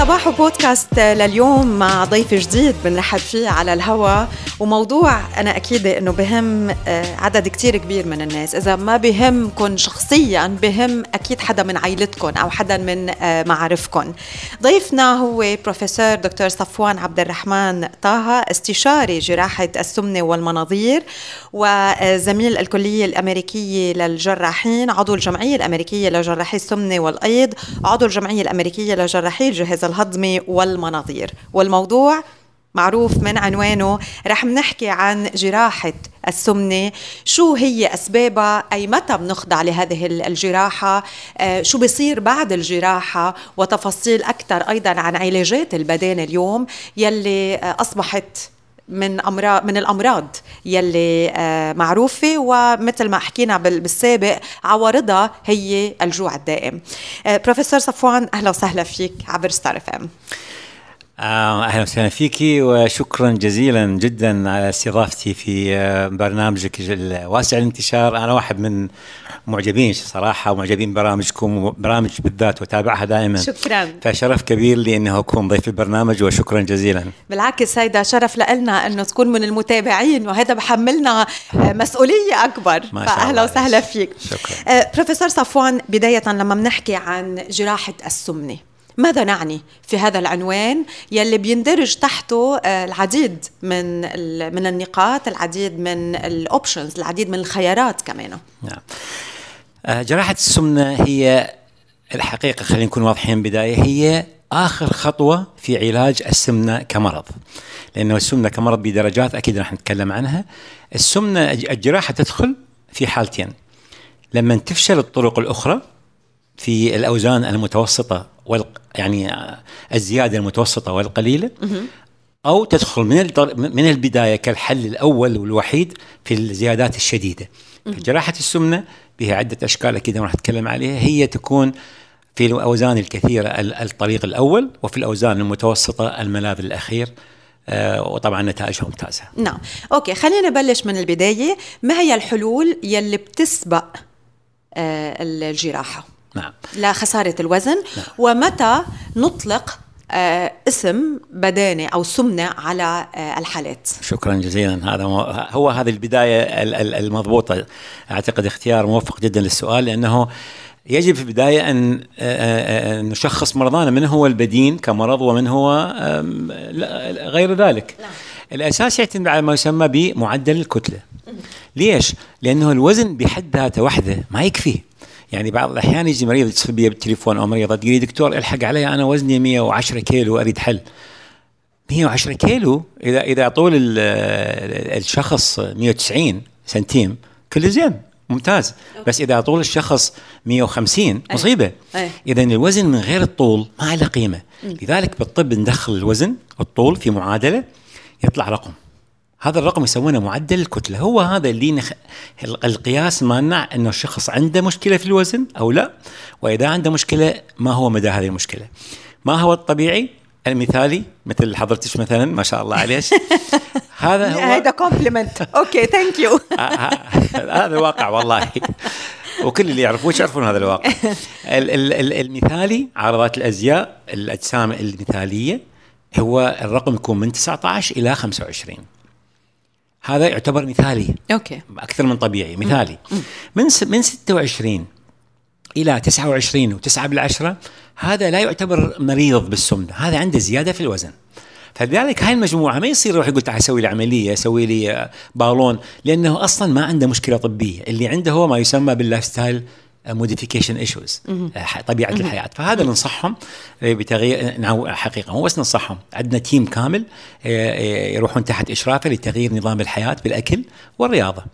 صباح بودكاست لليوم مع ضيف جديد بنرحب فيه على الهواء، وموضوع أنا أكيد أنه بهم عدد كتير كبير من الناس. إذا ما بهمكن شخصيا بهم أكيد حدا من عائلتكن أو حدا من معارفكن. ضيفنا هو بروفيسور دكتور صفوان عبد الرحمن طه، استشاري جراحة السمنة والمناظير وزميل الكلية الأمريكية للجراحين، عضو الجمعية الأمريكية لجراحي السمنة والأيض، عضو الجمعية الأمريكية لجراحي الجهاز الهضمي والمناظير. والموضوع معروف من عنوانه، رح نحكي عن جراحة السمنة، شو هي أسبابها، أي متى بنخضع لهذه الجراحة، شو بيصير بعد الجراحة، وتفاصيل أكثر أيضا عن علاجات البدان اليوم يلي أصبحت من الأمراض يلي معروفة، ومثل ما حكينا بالسابق عوارضها هي الجوع الدائم. بروفيسور صفوان، أهلا وسهلا فيك عبر ستار اف ام. أهلا وسهلا فيكي، وشكرا جزيلا جدا على استضافتي في برنامجك الواسع الانتشار. أنا واحد من معجبين صراحة، ومعجبين برامجكم وبرامج بالذات، وتابعها دائما. شكرا، فشرف كبير لي أنه أكون ضيف البرنامج، وشكرا جزيلا. بالعكس هيدا شرف لنا أنه تكون من المتابعين، وهذا بحملنا مسؤولية أكبر. فأهلا وسهلا فيك. شكرا. بروفيسور صفوان، بداية لما بنحكي عن جراحة السمنة ماذا نعني في هذا العنوان يلي بيندرج تحته العديد من النقاط، العديد من الأوبشنز، العديد من الخيارات كمان؟ نعم. جراحة السمنة هي الحقيقة، خلينا نكون واضحين بداية، هي آخر خطوة في علاج السمنة كمرض، لأنه السمنة كمرض بدرجات أكيد رح نتكلم عنها. السمنة الجراحة تدخل في حالتين: لما تفشل الطرق الأخرى في الأوزان المتوسطة يعني الزيادة المتوسطة والقليلة، أو تدخل من البداية كالحل الأول والوحيد في الزيادات الشديدة. جراحة السمنة بها عدة أشكال أكيد راح نتكلم عليها. هي تكون في الأوزان الكثيرة الطريق الأول، وفي الأوزان المتوسطة الملاذ الأخير، وطبعا نتائجها ممتازة. نعم، أوكي، خلينا نبلش من البداية. ما هي الحلول يلي بتسبق الجراحة؟ نعم. لا خسارة الوزن. نعم. ومتى نطلق اسم بدانة أو سمنة على الحالات؟ شكرا جزيلا. هذه البداية المضبوطة. أعتقد اختيار موفق جدا للسؤال، لأنه يجب في البداية أن نشخص مرضانا، من هو البدين كمرض ومن هو غير ذلك. نعم. الأساس يعتمد على ما يسمى بمعدل الكتلة. ليش؟ لأنه الوزن بحد ذاته وحده ما يكفي. يعني بعض الأحيان يجي مريض يتصل بي بالتليفون أو مريضة تقول لي: دكتور الحق علي، أنا وزني 110 كيلو أريد حل. 110 كيلو إذا طول الشخص 190 سنتيم كله زين ممتاز، بس إذا طول الشخص 150 مصيبة. إذن الوزن من غير الطول ما له قيمة. لذلك بالطب ندخل الوزن والطول في معادلة، يطلع رقم. هذا الرقم يسمونه معدل الكتلة. هو هذا اللي القياس مانع أنه الشخص عنده مشكلة في الوزن أو لا، وإذا عنده مشكلة ما هو مدى هذه المشكلة. ما هو الطبيعي المثالي مثل حضرتك مثلا، ما شاء الله عليك. هذا كومبلمنت. أوكي، ثانك يو. هذا الواقع والله، وكل اللي يعرفوه يعرفون هذا الواقع. المثالي عرضات الأزياء، الأجسام المثالية، هو الرقم يكون من 19 إلى 25. هذا يعتبر مثالي. أوكي. أكثر من طبيعي. مثالي. من 26 إلى 29 و9/10 هذا لا يعتبر مريض بالسمنة، هذا عنده زيادة في الوزن. فلذلك هاي المجموعة ما يصير يروح يقول تعال سوي لي عملية، سوي لي بالون، لأنه أصلا ما عنده مشكلة طبية. اللي عنده هو ما يسمى باللايف ستايل موديفيكيشن ايشوز، طبيعة الحياة. فهذا اللي ننصحهم بتغيير. حقيقة مو بس ننصحهم، عندنا تيم كامل يروحون تحت إشرافه لتغيير نظام الحياة بالأكل والرياضة.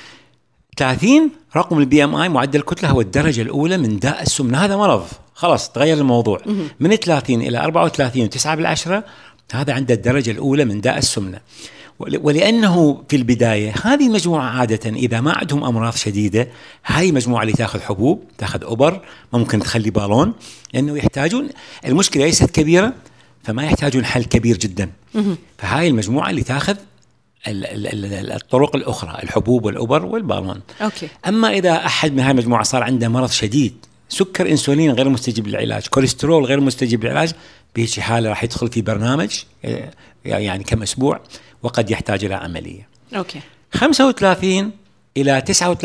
30 رقم البي ام اي، معدل الكتلة، هو الدرجة الأولى من داء السمنة. هذا مرض خلاص تغير الموضوع. من 30 إلى 34 و9/10 هذا عنده الدرجة الأولى من داء السمنة. ولأنه في البداية هذه المجموعة عادة إذا ما عندهم أمراض شديدة، هاي مجموعة اللي تأخذ حبوب، تأخذ أوبر، ممكن تخلي بالون، لأنه يحتاجون، المشكلة ليست كبيرة فما يحتاجون حل كبير جدا. فهاي المجموعة اللي تأخذ الطرق الأخرى، الحبوب والأوبر والبالون. أوكي. أما إذا أحد من هاي المجموعة صار عنده مرض شديد سكر انسولين غير مستجيب للعلاج، كوليسترول غير مستجيب للعلاج، بهيك حاله راح يدخل في برنامج يعني كم اسبوع وقد يحتاج الى عمليه. اوكي. 35 الى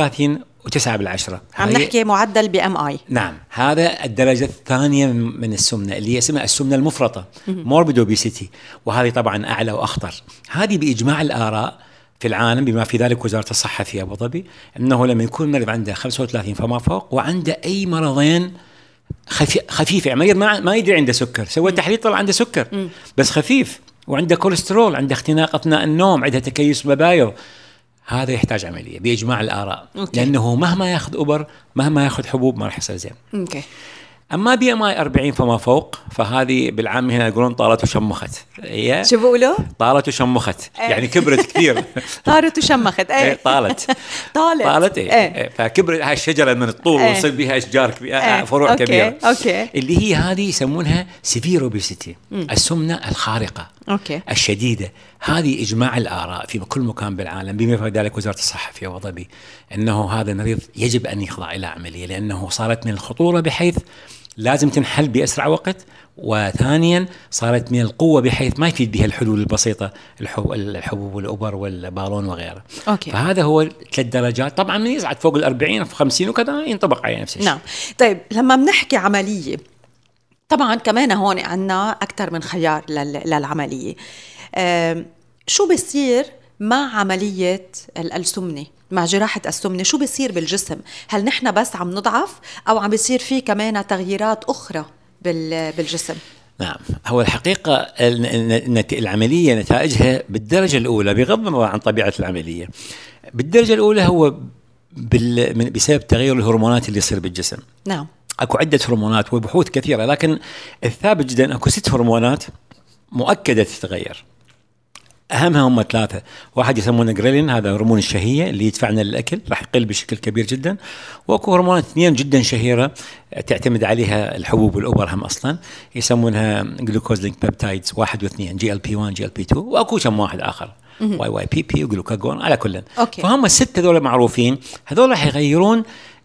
39.9 عم نحكي معدل BMI. نعم، هذا الدرجه الثانيه من السمنه اللي هي اسمها السمنه المفرطه morbid obesity، وهذه طبعا اعلى واخطر. هذه باجماع الاراء في العالم بما في ذلك وزاره الصحه في ابو ظبي، انه لما يكون مريض عنده 35 فما فوق وعنده اي مرضين خفيفه، يعني مريض ما يدري عنده سكر، سوى تحليل طلع عنده سكر بس خفيف، وعنده كوليسترول، عنده اختناق اثناء النوم، عنده تكيس مبايض، هذا يحتاج عمليه باجماع الاراء. أوكي. لانه مهما ياخذ ابر، مهما ياخذ حبوب، ما راح يصير زين. اوكي. اما BMI 40 فما فوق، فهذه بالعام هنا يقولون طالت وشمخت. هي شو بيقولوا؟ طالت وشمخت، يعني كبرت كثير. طارت وشمخت. ايه طالت. ايه. فكبرت هاي الشجره من الطول ويصير بها اشجار كبيره، فروع كبيره. اوكي. اللي هي هذه يسمونها سيفير اوبيسيتي، السمنه الخارقه. اوكي. الشديده. هذه اجماع الاراء في كل مكان بالعالم بما في ذلك وزاره الصحه في ابو ظبي، انه هذا المريض يجب ان يخضع الى عمليه، لانه صارت من الخطوره بحيث لازم تنحل بأسرع وقت، وثانيا صارت من القوة بحيث ما يفيد بها الحلول البسيطة، الحبوب والأبر والبالون وغيره. أوكي. فهذا هو 3 درجات. طبعا من يصعد فوق 40 في 50 وكذا ينطبق عليه نفس الشيء. نعم. طيب لما بنحكي عملية، طبعا كمان هون عنا أكثر من خيار للعملية. شو بيصير مع عملية السمنة، مع جراحة السمنة؟ شو بيصير بالجسم؟ هل نحن بس عم نضعف أو عم بيصير فيه كمان تغييرات أخرى بالجسم؟ نعم، هو الحقيقة العملية نتائجها بالدرجة الأولى بغض النظر عن طبيعة العملية، بالدرجة الأولى هو بسبب تغير الهرمونات اللي يصير بالجسم. نعم. أكو عدة هرمونات وبحوث كثيرة، لكن الثابت جدا أكو 6 هرمونات مؤكدة تتغير. أهمها هم 3. واحد يسمونه جريلين، هذا هرمون الشهية اللي يدفعنا للأكل، راح يقل بشكل كبير جدا. وأكو هرمونات 2 جدا شهيرة تعتمد عليها الحبوب والأبر هم أصلا، يسمونها جلوكوز لينك بيبتايدز 1 و2، GLP1 GLP2، وأكو كم واحد آخر YYPP وجلوكاجون على كلن. فهم ال6 هذول معروفين. هذول راح يغيرون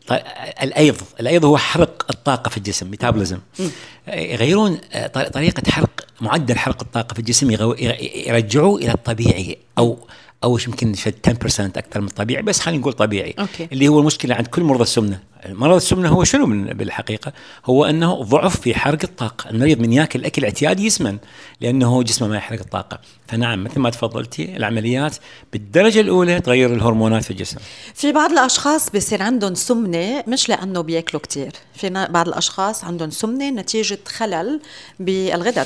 الأيض هو حرق الطاقة في الجسم، ميتابوليزم. يغيرون طريقة حرق، معدل حرق الطاقة في الجسم، يرجعوه إلى الطبيعي، أو يمكن 10% أكثر من الطبيعي، بس خلينا نقول طبيعي. أوكي. اللي هو المشكلة عند كل مرضى السمنة. مرض السمنة هو شنو بالحقيقة؟ هو أنه ضعف في حرق الطاقة. المريض من يأكل أكل اعتيادي يسمن لأنه جسمه ما يحرق الطاقة. فنعم مثل ما تفضلتي، العمليات بالدرجة الأولى تغير الهرمونات في الجسم. في بعض الأشخاص بيصير عندهم سمنة مش لأنه بيأكلوا كتير، في بعض الأشخاص عندهم سمنة نتيجة خلل بالغدد،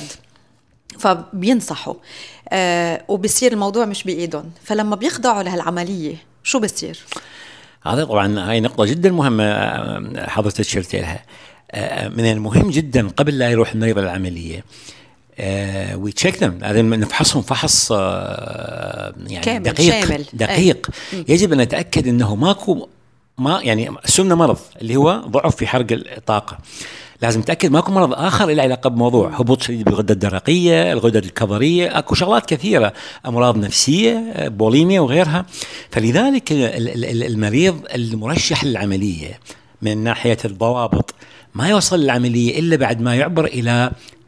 فبينصحوا وبيصير الموضوع مش بإيدهم، فلما بيخضعوا لهالعملية شو بيصير؟ هذا طبعا هاي نقطة جدا مهمة حضرتك شرتي لها. من المهم جدا قبل لا يروح المريض للعملية ويتشيك ذم، هذا نفحصهم فحص يعني دقيق. يجب أن نتأكد أنه ماكو يعني السمنة مرض اللي هو ضعف في حرق الطاقة، لازم نتأكد ماكو مرض آخر له علاقة بموضوع هبوط شديد بالغدة الدرقية، الغدة الكظرية، أكو شغلات كثيرة، أمراض نفسية، بوليميا وغيرها. فلذلك المريض المرشح للعملية من ناحية الضوابط ما يوصل للعملية إلا بعد ما يعبر إلى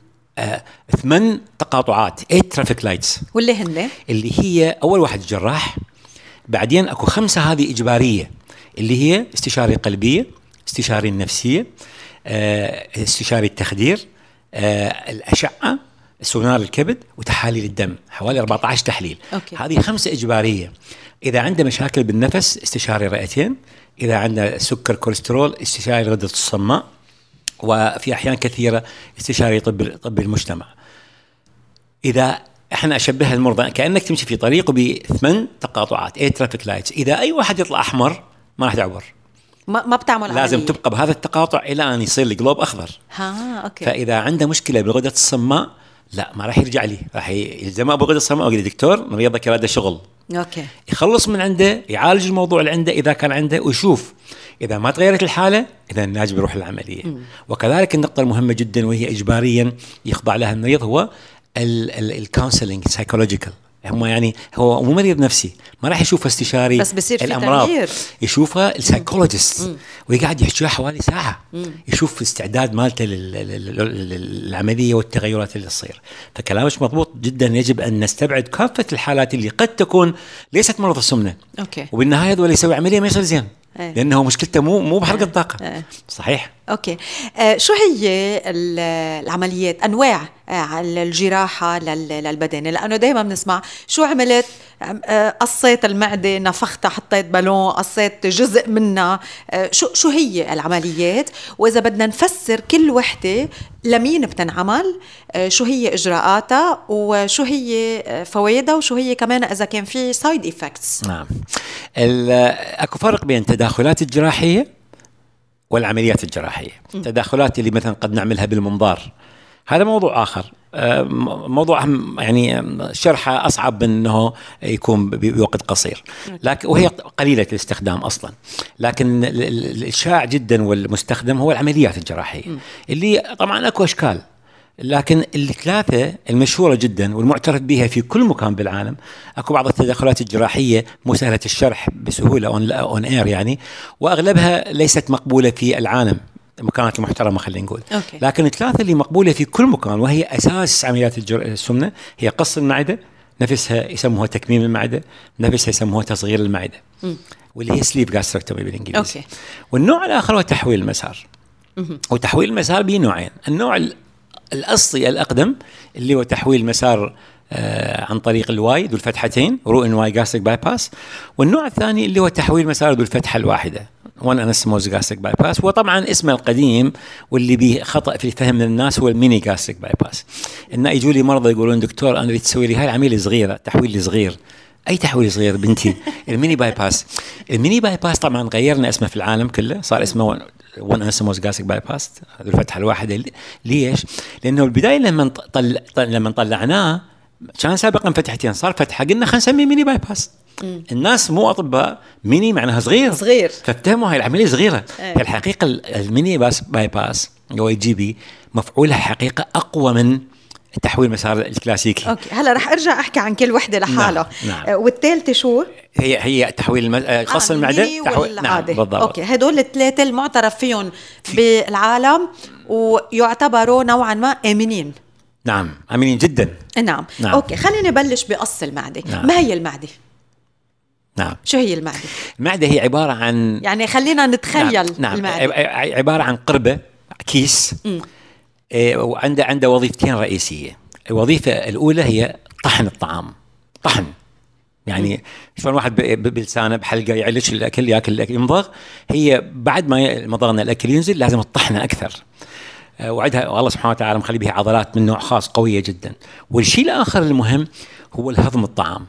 8 تقاطعات، 8 ترافيك لايتس، اللي هي أول واحد الجراح، بعدين أكو 5 هذه إجبارية اللي هي استشاري قلبية، استشاري النفسية، استشاري التخدير، الأشعة، سونار الكبد، وتحاليل الدم، حوالي 14 تحليل. أوكي. هذه 5 إجبارية. إذا عنده مشاكل بالنفس استشاري رئتين، إذا عنده سكر كوليسترول استشاري الغدة الصماء، وفي أحيان كثيرة استشاري طب المجتمع. إذا احنا أشبه المرضى كأنك تمشي في طريق ب8 تقاطعات، 8 ترافيك لايتس، إذا أي واحد يطلع أحمر ما راح تعبر، ما بتعمل عملية. لازم تبقى بهذا التقاطع إلى أن يصير الجلوب أخضر. أوكي. فإذا عنده مشكلة بالغدة الصماء لا ما راح يرجع لي، راح يلزمه بالغدة الصماء ويقول دكتور مريضك هذا شغل. أوكي. يخلص من عنده، يعالج الموضوع اللي عنده إذا كان عنده، ويشوف إذا ما تغيرت الحالة إذا الناجي بيروح للعملية. وكذلك النقطة المهمة جدا وهي إجباريا يخضع لها المريض هو الكونسلينج سايكولوجيكال، هم يعني هو مو مريض نفسي، ما راح يشوف استشاري بس بصير في الامراض، تغيير. يشوفها السايكولوجيست ويقعد يحكيها حوالي ساعه، يشوف الاستعداد مالته للعمليه والتغيرات اللي تصير. فكلامك مضبوط جدا، يجب ان نستبعد كافه الحالات اللي قد تكون ليست مرض السمنه، اوكي، وبالنهايه هذول يسوي عمليه ما يصير زين، لانه مشكلته مو بحرق الطاقه. صحيح. اوكي. شو هي العمليات، انواع الجراحه للبدن؟ لانه دائما بنسمع شو عملت، قصيت المعده، نفختها، حطيت بالون، قصيت جزء منها. شو هي العمليات؟ واذا بدنا نفسر كل وحده لمين بتنعمل، شو هي اجراءاتها، وشو هي فوائدها، وشو هي كمان اذا كان في سايد ايفكتس؟ نعم. اكو فرق بين التداخلات الجراحيه والعمليات الجراحيه. التداخلات اللي مثلا قد نعملها بالمنظار هذا موضوع آخر، موضوع يعني شرحه أصعب من أنه يكون بوقت قصير، لكن وهي قليلة الاستخدام أصلا. لكن الشائع جدا والمستخدم هو العمليات الجراحية، اللي طبعا أكو أشكال، لكن الثلاثة المشهورة جدا والمعترف بها في كل مكان بالعالم. أكو بعض التدخلات الجراحية مو سهلة الشرح بسهولة أون إير يعني، وأغلبها ليست مقبولة في العالم المكانات المحترمة خلينا نقول. أوكي. لكن الثلاثة اللي مقبولة في كل مكان وهي أساس عمليات السمنة هي قص المعدة، نفسها يسموها تكميم المعدة، نفسها يسموها تصغير المعدة، واللي هي سليب جاستركتومي بالإنجليزي. أوكي. والنوع الآخر هو تحويل المسار. وتحويل المسار به نوعين، النوع الأصلي الأقدم اللي هو تحويل المسار عن طريق الواي ذو الفتحتين، رو ان واي جاستريك باي باس، والنوع الثاني اللي هو تحويل مسار ذو الفتحة الواحدة، وان انستموز جاستريك باي باس. وطبعا اسمه القديم واللي به خطأ في الفهم من الناس هو الميني جاستريك باي باس. إن يجوا لي مرضى يقولون دكتور أنا تسوي لي هاي العملية صغيرة، تحويل صغير. أي تحويل صغير بنتي؟ الميني باي باس. الميني باي باس طبعا غيرنا اسمه في العالم كله، صار اسمه وان انستموز جاستريك باي باس ذو الفتحة الواحدة. ليش؟ لأنه البداية لما طلعناه كان سابقا فتحتين، صار فتحة، قلنا خلينا نسميه ميني باي باس. الناس مو أطباء، ميني معناها صغير، فافتهموا هاي العملية صغيرة. في الحقيقة الميني باي باس هو جي بي مفعولها حقيقة أقوى من تحويل مسار الكلاسيكي. اوكي، هلا رح ارجع احكي عن كل وحده لحالها. نعم. والثالثه شو هي تحويل قص المعده نعم بالضبط. اوكي، هدول الثلاثه المعترف فيهم بالعالم ويعتبروا نوعا ما امنين. نعم، امنين جدا. نعم. اوكي، خلينا نبلش بقص المعده. نعم. ما هي المعده؟ نعم. شو هي المعده؟ المعده هي عباره عن، يعني خلينا نتخيل. نعم. المعده عباره عن قربه، كيس، وعنده وظيفتين رئيسيه. الوظيفه الاولى هي طحن الطعام، طحن يعني شلون واحد بلسانه بحلقه يعلش الاكل، ياكل يمضغ، هي بعد ما مضغنا الاكل ينزل لازم تطحنه اكثر. وعدها الله سبحانه وتعالى مخلي بها عضلات من نوع خاص قويه جدا. والشيء الاخر المهم هو الهضم الطعام.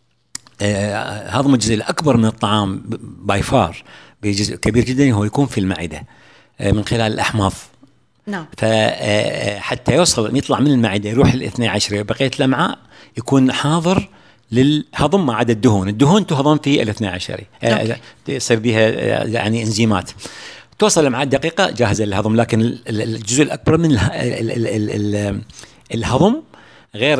هضم الجزء الاكبر من الطعام باي فار بجزء كبير جدا هو يكون في المعده من خلال الاحماض. نعم. فحتى يوصل يطلع من المعده يروح الاثني عشري بقيه الامعاء يكون حاضر للهضم ما عدا الدهون. الدهون تهضم في الاثني عشري، يصير بها يعني انزيمات توصل الامعاء دقيقه جاهزه للهضم. لكن الجزء الاكبر من الهضم غير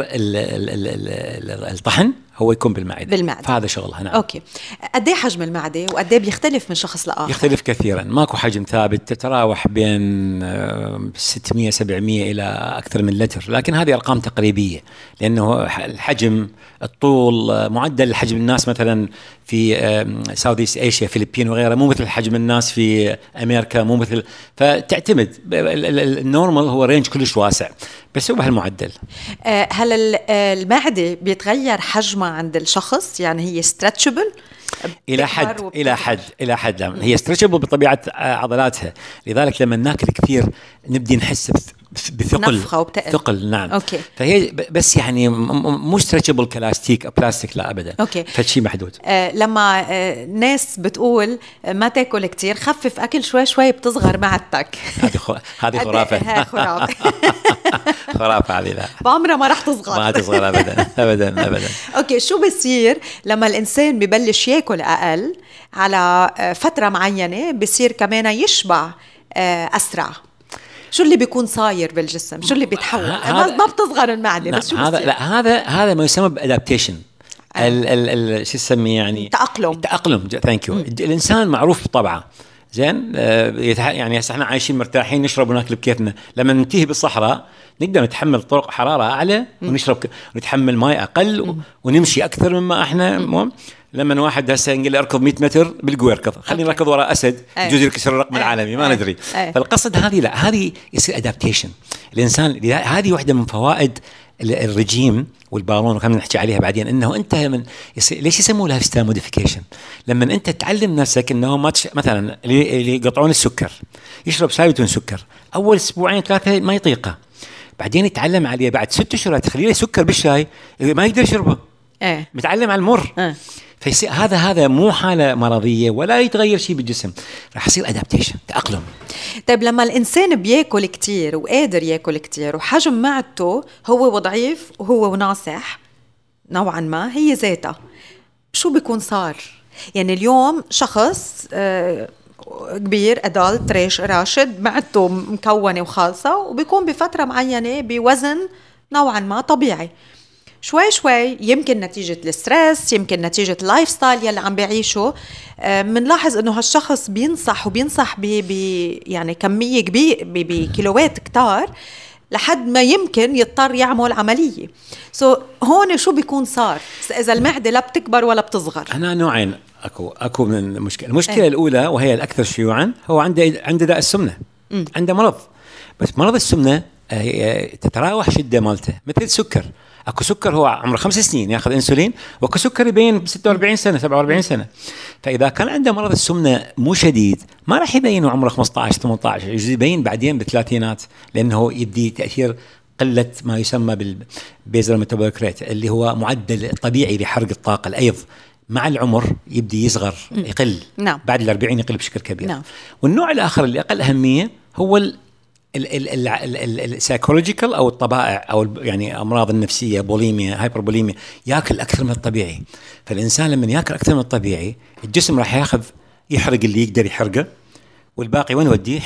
الطحن هو يكون بالمعده. فهذا شغلها. نعم. اوكي، قد ايه حجم المعده وقد ايه بيختلف من شخص لاخر؟ يختلف كثيرا، ماكو حجم ثابت، تتراوح بين 600 700 الى اكثر من لتر، لكن هذه ارقام تقريبيه لانه الحجم، الطول، معدل حجم الناس مثلا في ساوث ايست ايشيا، فلبين وغيرها مو مثل حجم الناس في امريكا، مو مثل، فتعتمد. النورمال هو رينج كلش واسع، بس هو بهالمعدل. هل المعده بيتغير حجمها عند الشخص؟ يعني هي ستريتشبل الى حد لا. هي ستريتشبل بطبيعه عضلاتها، لذلك لما ناكل كثير نبدي نحس ثقل. نعم. أوكي. فهي بس يعني مو ستريتشبل كلاستيك او بلاستيك، لا ابدا. أوكي. فشي محدود. لما ناس بتقول ما تاكل كتير، خفف اكل شوي شوي بتصغر معدتك. هذه خرافه. خرافه هذه، لا بعمرها ما راح تصغر. ما تصغر ابدا ابدا ابدا. اوكي، شو بصير لما الانسان ببلش ياكل اقل على فتره معينه؟ بصير كمان يشبع اسرع. شو اللي بيكون صاير بالجسم؟ شو اللي بيتحول؟ ما بتصغر المعدة. نعم. بس شو هذا لا هذا ما يسمى بادابتيشن. شو يسميه يعني التأقلم. ثانك يو. الانسان معروف بطبعه زين، يعني هسه احنا عايشين مرتاحين، نشرب وناكل بكيفنا. لما ننتهي بالصحراء نقدر نتحمل طرق حراره اعلى ونشرب ونتحمل ماء اقل ونمشي اكثر مما احنا. لما واحد هسه ينقل لي اركض 100 متر بالقوه يركض، خليني اركض وراء اسد يجوز يكسر الرقم العالمي ما ندري. فالقصد هذه لا، هذه يصير ادابتيشن الانسان. هذه واحده من فوائد الرجيم والبالون وكنا نحكي عليها بعدين، انه انت ليش يسموه لايف ستايل موديفيكيشن؟ لما انت تعلم نفسك انه مثلا اللي يقطعون السكر يشرب شاي بدون سكر، اول اسبوعين ثلاثه ما يطيقه، بعدين يتعلم عليه بعد 6 شهور تخليه سكر بالشاي ما يقدر يشربه. متعلم على المر. فيصير هذا مو حاله مرضيه ولا يتغير شيء بالجسم، راح يصير ادابتيشن، تاقلم. طيب لما الانسان بياكل كتير وقادر ياكل كتير وحجم معدته هو ضعيف وهو وناصح نوعا ما هي ذاتها، شو بيكون صار؟ يعني اليوم شخص كبير ادالت راشد معدته مكونه وخالصه وبيكون بفتره معينه بوزن نوعا ما طبيعي، شوي شوي يمكن نتيجة الستريس، يمكن نتيجة اللايف ستايل يلي عم بيعيشه، منلاحظ انه هالشخص بينصح يعني كمية كبيرة بكيلوات كتار لحد ما يمكن يضطر يعمل عملية. هون شو بيكون صار اذا المعدة لا بتكبر ولا بتصغر؟ انا نوعين اكو من المشكلة الاولى وهي الاكثر شيوعا، هو عنده داء السمنة، عنده مرض، بس مرض السمنة تتراوح شدة مالته مثل السكر. اكو سكر هو عمره 5 سنين ياخذ انسولين، واكو سكر يبين ب 46 سنه 47 سنه. فاذا كان عنده مرض السمنه مو شديد ما راح يبين عمره 15 18، يبين بعدين بالثلاثينات، لانه يبدي تاثير قله ما يسمى بالبيزل ميتابوليك ريت اللي هو معدل طبيعي لحرق الطاقه الايض. مع العمر يبدي يصغر يقل. نعم. بعد ال40 يقل بشكل كبير. نعم. والنوع الاخر اللي اقل اهميه هو السايكولوجيكال او الطبائع او يعني امراض النفسيه، بوليميا، هايبربوليميا، ياكل اكثر من الطبيعي. فالانسان لما ياكل اكثر من الطبيعي الجسم راح يحرق اللي يقدر يحرقه، والباقي وين يوديه؟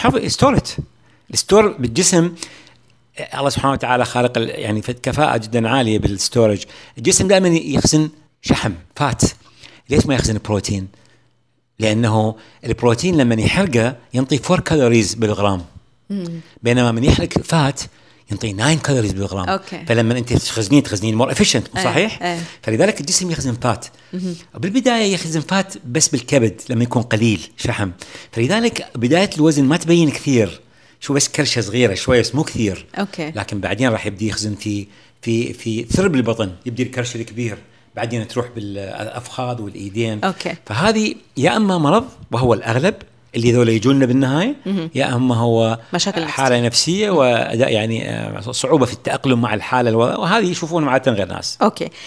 الستور بالجسم. الله سبحانه وتعالى خالق يعني كفاءه جدا عاليه بالستورج. الجسم دائما يخزن شحم فات. ليش ما يخزن بروتين؟ لانه البروتين لما يحرقه ينطي 4 كالوريز بالغرام، بينما من يحرق فات ينطي 9 كالوريز بالغرام. فلما انت تخزنين مور افيشنت، صحيح؟ فلذلك الجسم يخزن فات. وبالبدايه يخزن فات بس بالكبد لما يكون قليل شحم، فلذلك بدايه الوزن ما تبين كثير، شو بس كرشه صغيره شويه بس مو كثير. لكن بعدين راح يبدي يخزن في ثرب البطن، يبدي الكرش الكبير، بعدين تروح بالافخاذ والايدين. فهذه يا اما مرض وهو الاغلب اللي ذولا يجونا بالنهايه، يا اما هو حاله نفسيه واداء يعني صعوبه في التاقلم مع الحاله وهذه يشوفون عاده غير ناس.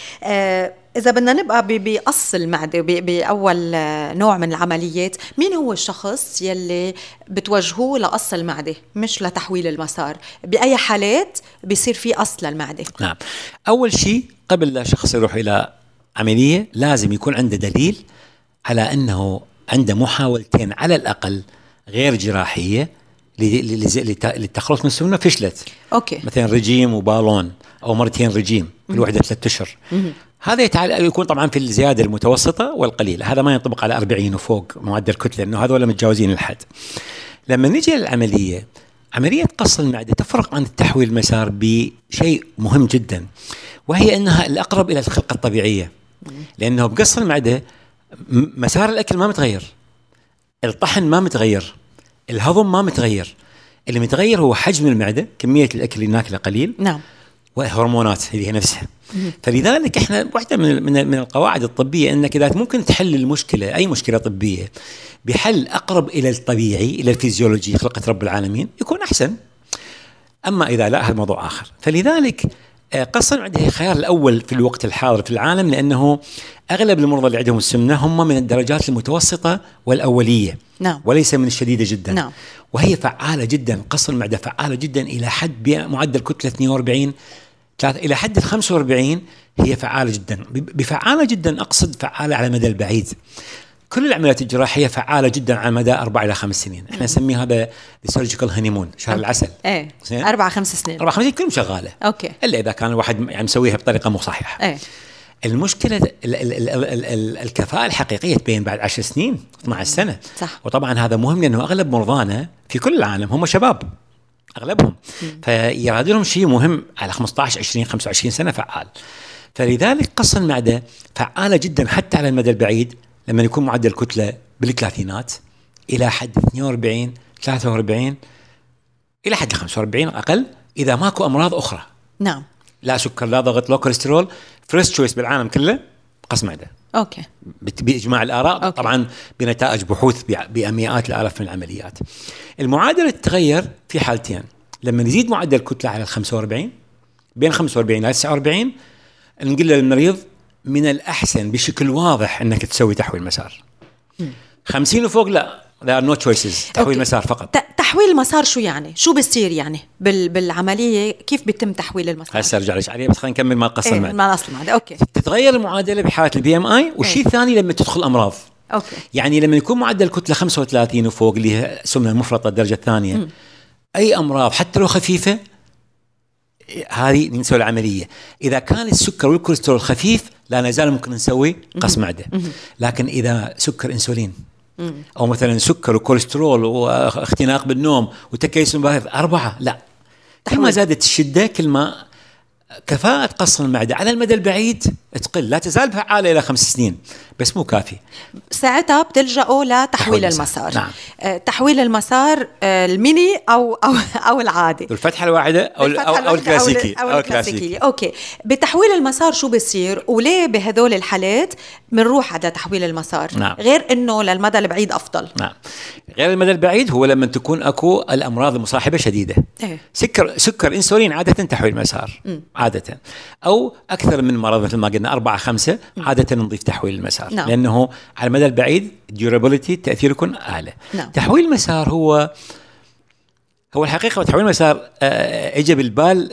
إذا بدنا نبقى بقص المعدة بأول نوع من العمليات، مين هو الشخص يلي بتوجهوه لقص المعدة مش لتحويل المسار؟ بأي حالات بيصير في قص للمعدة؟ نعم، أول شيء قبل لا شخص يروح إلى عملية لازم يكون عنده دليل على أنه عنده محاولتين على الأقل غير جراحية للتخلص من السمنة فشلت. مثلا رجيم وبالون، أو مرتين رجيم كل واحدة 3 أشهر. هذا يكون طبعا في الزيادة المتوسطة والقليلة، هذا ما ينطبق على 40 وفوق معدل كتلة، لأنه هذول متجاوزين الحد. لما نجي للعملية، عملية قص المعدة تفرق عن التحويل المسار بشيء مهم جدا، وهي أنها الأقرب إلى الخلقة الطبيعية. لأنه بقص المعدة مسار الأكل ما متغير، الطحن ما متغير، الهضم ما متغير، اللي متغير هو حجم المعدة، كمية الأكل اللي ناكله قليل. نعم. وهرمونات هي نفسها. فلذلك احنا واحدة من القواعد الطبية انك اذا ممكن تحل المشكلة، اي مشكلة طبية، بحل اقرب الى الطبيعي، الى الفيزيولوجي، خلقة رب العالمين، يكون احسن. اما اذا لا، هذا موضوع اخر. فلذلك قص المعدة هي الخيار الاول في الوقت الحاضر في العالم، لانه اغلب المرضى اللي عندهم السمنة هم من الدرجات المتوسطة والاولية. نعم. وليس من الشديدة جدا. نعم. وهي فعالة جدا، قص المعدة فعالة جدا إلى حد بمعدل كتلة 42 إلى حد 45 هي فعالة جدا. بفعالة جدا أقصد فعالة على مدى البعيد. كل العمليات الجراحيه فعاله جدا على مدى 4 إلى 5 سنين. احنا نسميه هذا السيرجيكال هانيمون، شهر العسل. ايه 4-5 سنين. 4-5 سنين كلهم شغاله. اوكي. الا اذا كان الواحد يعني مسويها بطريقه مو صحيحه. ايه. المشكله الكفاءه الحقيقيه تبين بعد 10 سنين 12 سنه. صح. وطبعا هذا مهم لانه اغلب مرضانا في كل العالم هم شباب اغلبهم، فيراد لهم شيء مهم على 15 20 25 سنه فعال. فلذلك قص المعده فعاله جدا حتى على المدى البعيد لما يكون معدل الكتله بالثلاثينات الى حد 42 43 الى حد 45 اقل، اذا ماكو امراض اخرى. نعم. لا سكر لا ضغط لا كوليسترول، فيرست تشويس بالعالم كله قص معده. اوكي. باجماع الاراء. أوكي. طبعا بنتائج بحوث بمئات الالاف من العمليات. المعادله تتغير في حالتين، لما يزيد معدل الكتله على 45 بين 45 الى 49 نقول للمريض من الاحسن بشكل واضح انك تسوي تحويل مسار. 50 وفوق لا، there are no choices، تحويل مسار فقط. تحويل المسار شو يعني؟ شو بصير يعني بالعملية؟ كيف بيتم تحويل المسار؟ هسه ارجع لك عليه، بس خلينا نكمل ما قصة المعدة. ما قصة المعدة. اوكي. تتغير المعادلة بحالة البي ام اي، والشيء الثاني لما تدخل امراض. اوكي. يعني لما يكون معدل الكتلة 35 وفوق اللي هي سمنة مفرطة الدرجة الثانية، اي امراض حتى لو خفيفة هذه نسوي العملية. إذا كان السكر والكوليسترول خفيف لا نزال ممكن نسوي قص معدة. لكن إذا سكر إنسولين أو مثلا سكر وكوليسترول واختناق بالنوم وتكيس مباهظ 4 لا. كل ما زادت الشدة كل ما كفاءة قص المعدة على المدى البعيد تقل. لا تزال فعالة إلى 5 سنين بس مو كافي. ساعتها بتلجأوا لتحويل المسار. نعم. تحويل المسار الميني أو العادي، الفتحة الواحدة أو الكلاسيكي أو الكلاسيكي. أوكي. بتحويل المسار شو بيصير وليه بهذول الحالات بنروح على تحويل المسار؟ نعم. غير إنه للمدى البعيد أفضل. نعم. غير المدى البعيد هو لما تكون أكو الأمراض المصاحبة شديدة. إيه؟ سكر إنسولين عادة تحويل مسار عادة، أو أكثر من مرض مثل ما قلنا 4-5 عادة نضيف تحويل المسار. نعم. لأنه على المدى البعيد durability التأثير يكون أعلى. نعم. تحويل المسار هو الحقيقة تحويل المسار اجى بالبال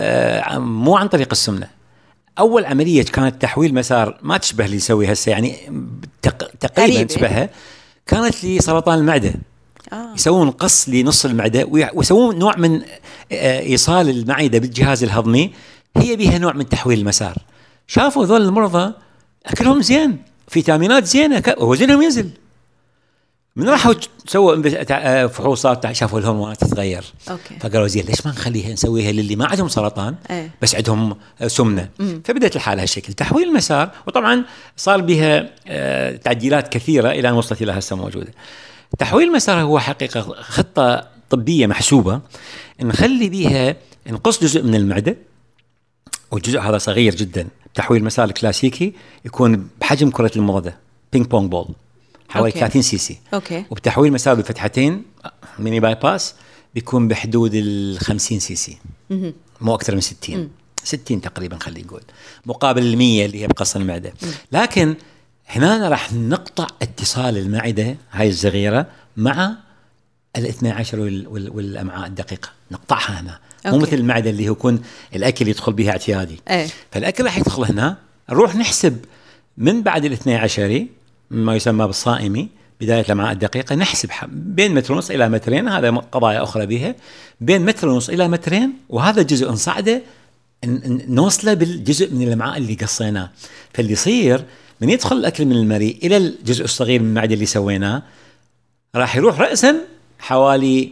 مو عن طريق السمنة. أول عملية كانت تحويل مسار ما تشبه اللي يسوي هسه، يعني تقريبا تشبهها، كانت لسرطان المعدة. يسوون قص لنص المعدة ويسوون نوع من إيصال المعدة بالجهاز الهضمي، هي بها نوع من تحويل المسار. شافوا ذول المرضى أكلهم زين، فيتامينات زينة، وزنهم ينزل. من راحوا سووا فحوصات شافوا الهرمونات تتغير. فقالوا زين ليش ما نخليها نسويها للي ما عندهم سرطان بس عندهم سمنة. فبدأت الحالة هالشكل تحويل المسار، وطبعا صار بها تعديلات كثيرة إلى أن وصلت إلى هسه موجودة. تحويل المسار هو حقيقة خطة طبية محسوبة نخلي بيها نقص جزء من المعدة، والجزء هذا صغير جدا. تحويل المسار الكلاسيكي يكون بحجم كرة المضرة بينج بونج بول حوالي 30 سي سي. وبتحويل مسار بالفتحتين ميني باي باس بيكون بحدود 50 سي سي، مو أكثر من 60 تقريبا خلي نقول، مقابل 100 اللي هي بقص المعدة. لكن هنا راح نقطع اتصال المعدة هاي الصغيرة مع الاثنى عشر والأمعاء الدقيقة، نقطعها هنا. مو مثل المعدة اللي يكون الأكل يدخل بها اعتيادي. فالأكل راح يدخل هنا، نروح نحسب من بعد الاثنى عشري ما يسمى بالصائمي بداية الأمعاء الدقيقة، نحسب بين 1.5 متر إلى 2 متر، هذا قضايا أخرى بها، بين 1.5 متر إلى 2 متر، وهذا جزء نصعده نوصله بالجزء من الأمعاء اللي قصيناه. فاللي يصير من يدخل الأكل من المريء إلى الجزء الصغير من المعدة اللي سويناه راح يروح رأسا حوالي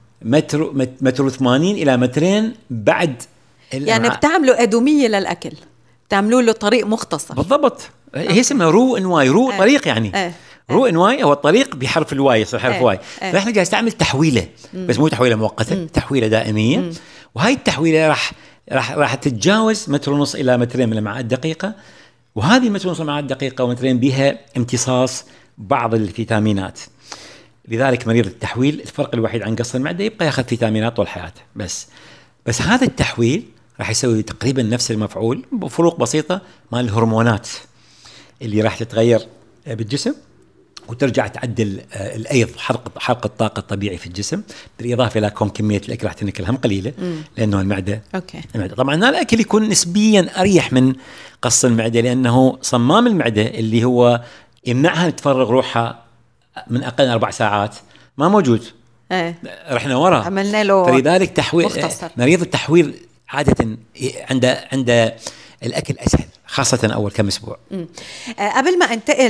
1.80 إلى 2 متر بعد يعني بتعملوا أدومية للأكل، بتعملوا له طريق مختصر. بالضبط. هي اسمها رو ان واي، رو طريق يعني. رو ان واي هو الطريق بحرف الواي، يصير حرف واي. فاحنا جاي نستعمل تحويله، بس مو تحويله مؤقته، تحويله دائميه. وهاي التحويله راح تتجاوز 1.5 متر إلى 2 متر من الأمعاء الدقيقة. وهذه 1.5 متر من الأمعاء الدقيقة و2 بها امتصاص بعض الفيتامينات. لذلك مريض التحويل الفرق الوحيد عن قص المعدة يبقى ياخذ فيتامينات طول حياته بس هذا التحويل راح يسوي تقريبا نفس المفعول بفروق بسيطة مال الهرمونات اللي راح تتغير بالجسم وترجع تعدل الأيض حرق الطاقة الطبيعي في الجسم، بالإضافة إلى كون كمية الأكل راح تنكلها قليلة لأنه المعدة. طبعا هذا الأكل يكون نسبيا أريح من قص المعدة، لأنه صمام المعدة اللي هو يمنعها تفرغ روحها من أقل من 4 ساعات ما موجود. رحنا ورا عملنا له فلذلك تحويل مختصر. مريض التحويل عادة عند الأكل أسهل خاصة أول كم أسبوع. قبل ما انتقل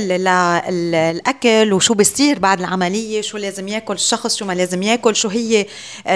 للأكل وشو بيصير بعد العملية، شو لازم يأكل الشخص، شو ما لازم يأكل، شو هي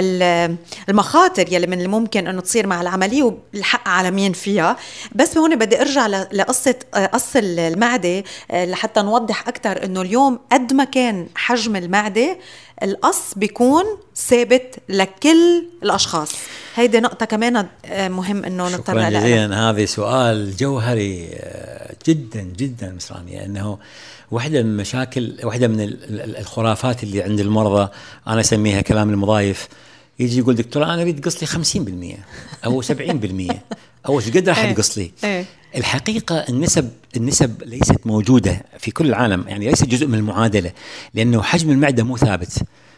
المخاطر يلي من الممكن أنه تصير مع العملية والحق على مين فيها، بس هون بدي أرجع لقصة قص المعدة لحتى نوضح أكتر أنه اليوم قد ما كان حجم المعدة القص بيكون ثابت لكل الأشخاص. هيدي نقطة كمان مهم أنه نطلع لها. شكرا جزيلا، هذا سؤال جوهري جدا جدا مصراني، أنه واحدة من مشاكل، واحدة من الخرافات اللي عند المرضى، أنا أسميها كلام المضايف. يجي يقول دكتور أنا أريد تقص لي 50% أو 70% أو إيش قد راح تقص لي. الحقيقة النسب ليست موجودة في كل العالم، يعني ليست جزء من المعادلة، لأنه حجم المعدة مو ثابت.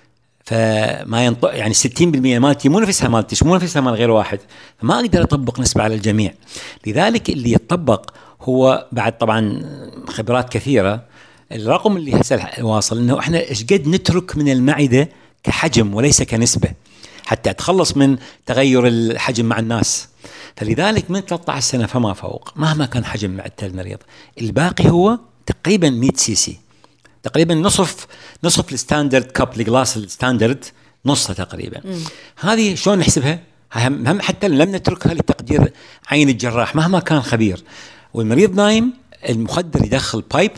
فما ينطق يعني 60% مالتي مو نفسها مالتي، مو نفسها مال غير واحد، فما أقدر أطبق نسبة على الجميع. لذلك اللي يتطبق هو بعد طبعا خبرات كثيرة. الرقم اللي هسه واصل إنه إحنا إيش قد نترك من المعدة كحجم وليس كنسبة حتى أتخلص من تغير الحجم مع الناس. فلذلك من 13 سنة فما فوق مهما كان حجم معدة المريض، الباقي هو تقريبا 100 سي سي، تقريبا نصف الستاندرد كاب الجلاس الستاندرد، نصها تقريبا. هذه شلون نحسبها؟ هم حتى لم نتركها لتقدير عين الجراح مهما كان خبير. والمريض نايم، المخدر يدخل بايب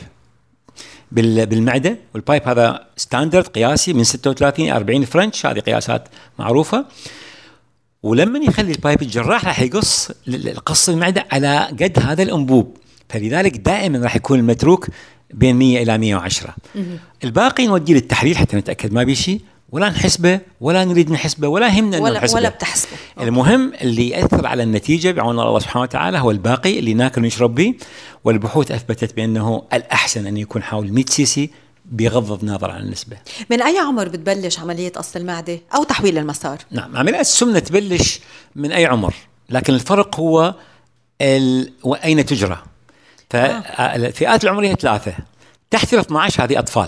بالمعدة، والبايب هذا ستاندرد قياسي من 36 40 فرنش، هذه قياسات معروفة. ولما يخلي البايب الجراح راح يقص المعدة على قد هذا الأنبوب، فلذلك دائما راح يكون المتروك بين 100 إلى 110. الباقي نوديه للتحليل حتى نتأكد ما بيشي، ولا نحسبه ولا نريد نحسبه ولا يهمنا انه نحسبه ولا بتحسبه. المهم اللي يأثر على النتيجة بعون الله سبحانه وتعالى هو الباقي اللي ناكل ونشرب به. والبحوث أثبتت بأنه الأحسن أن يكون حول 100 سي سي بغض النظر عن النسبة. من أي عمر بتبلش عملية قص المعدة أو تحويل المسار؟ نعم، عملية السمنة تبلش من أي عمر، لكن الفرق هو وأين تجرى. فالفئات العمرية 3، تحت 12 هذه أطفال،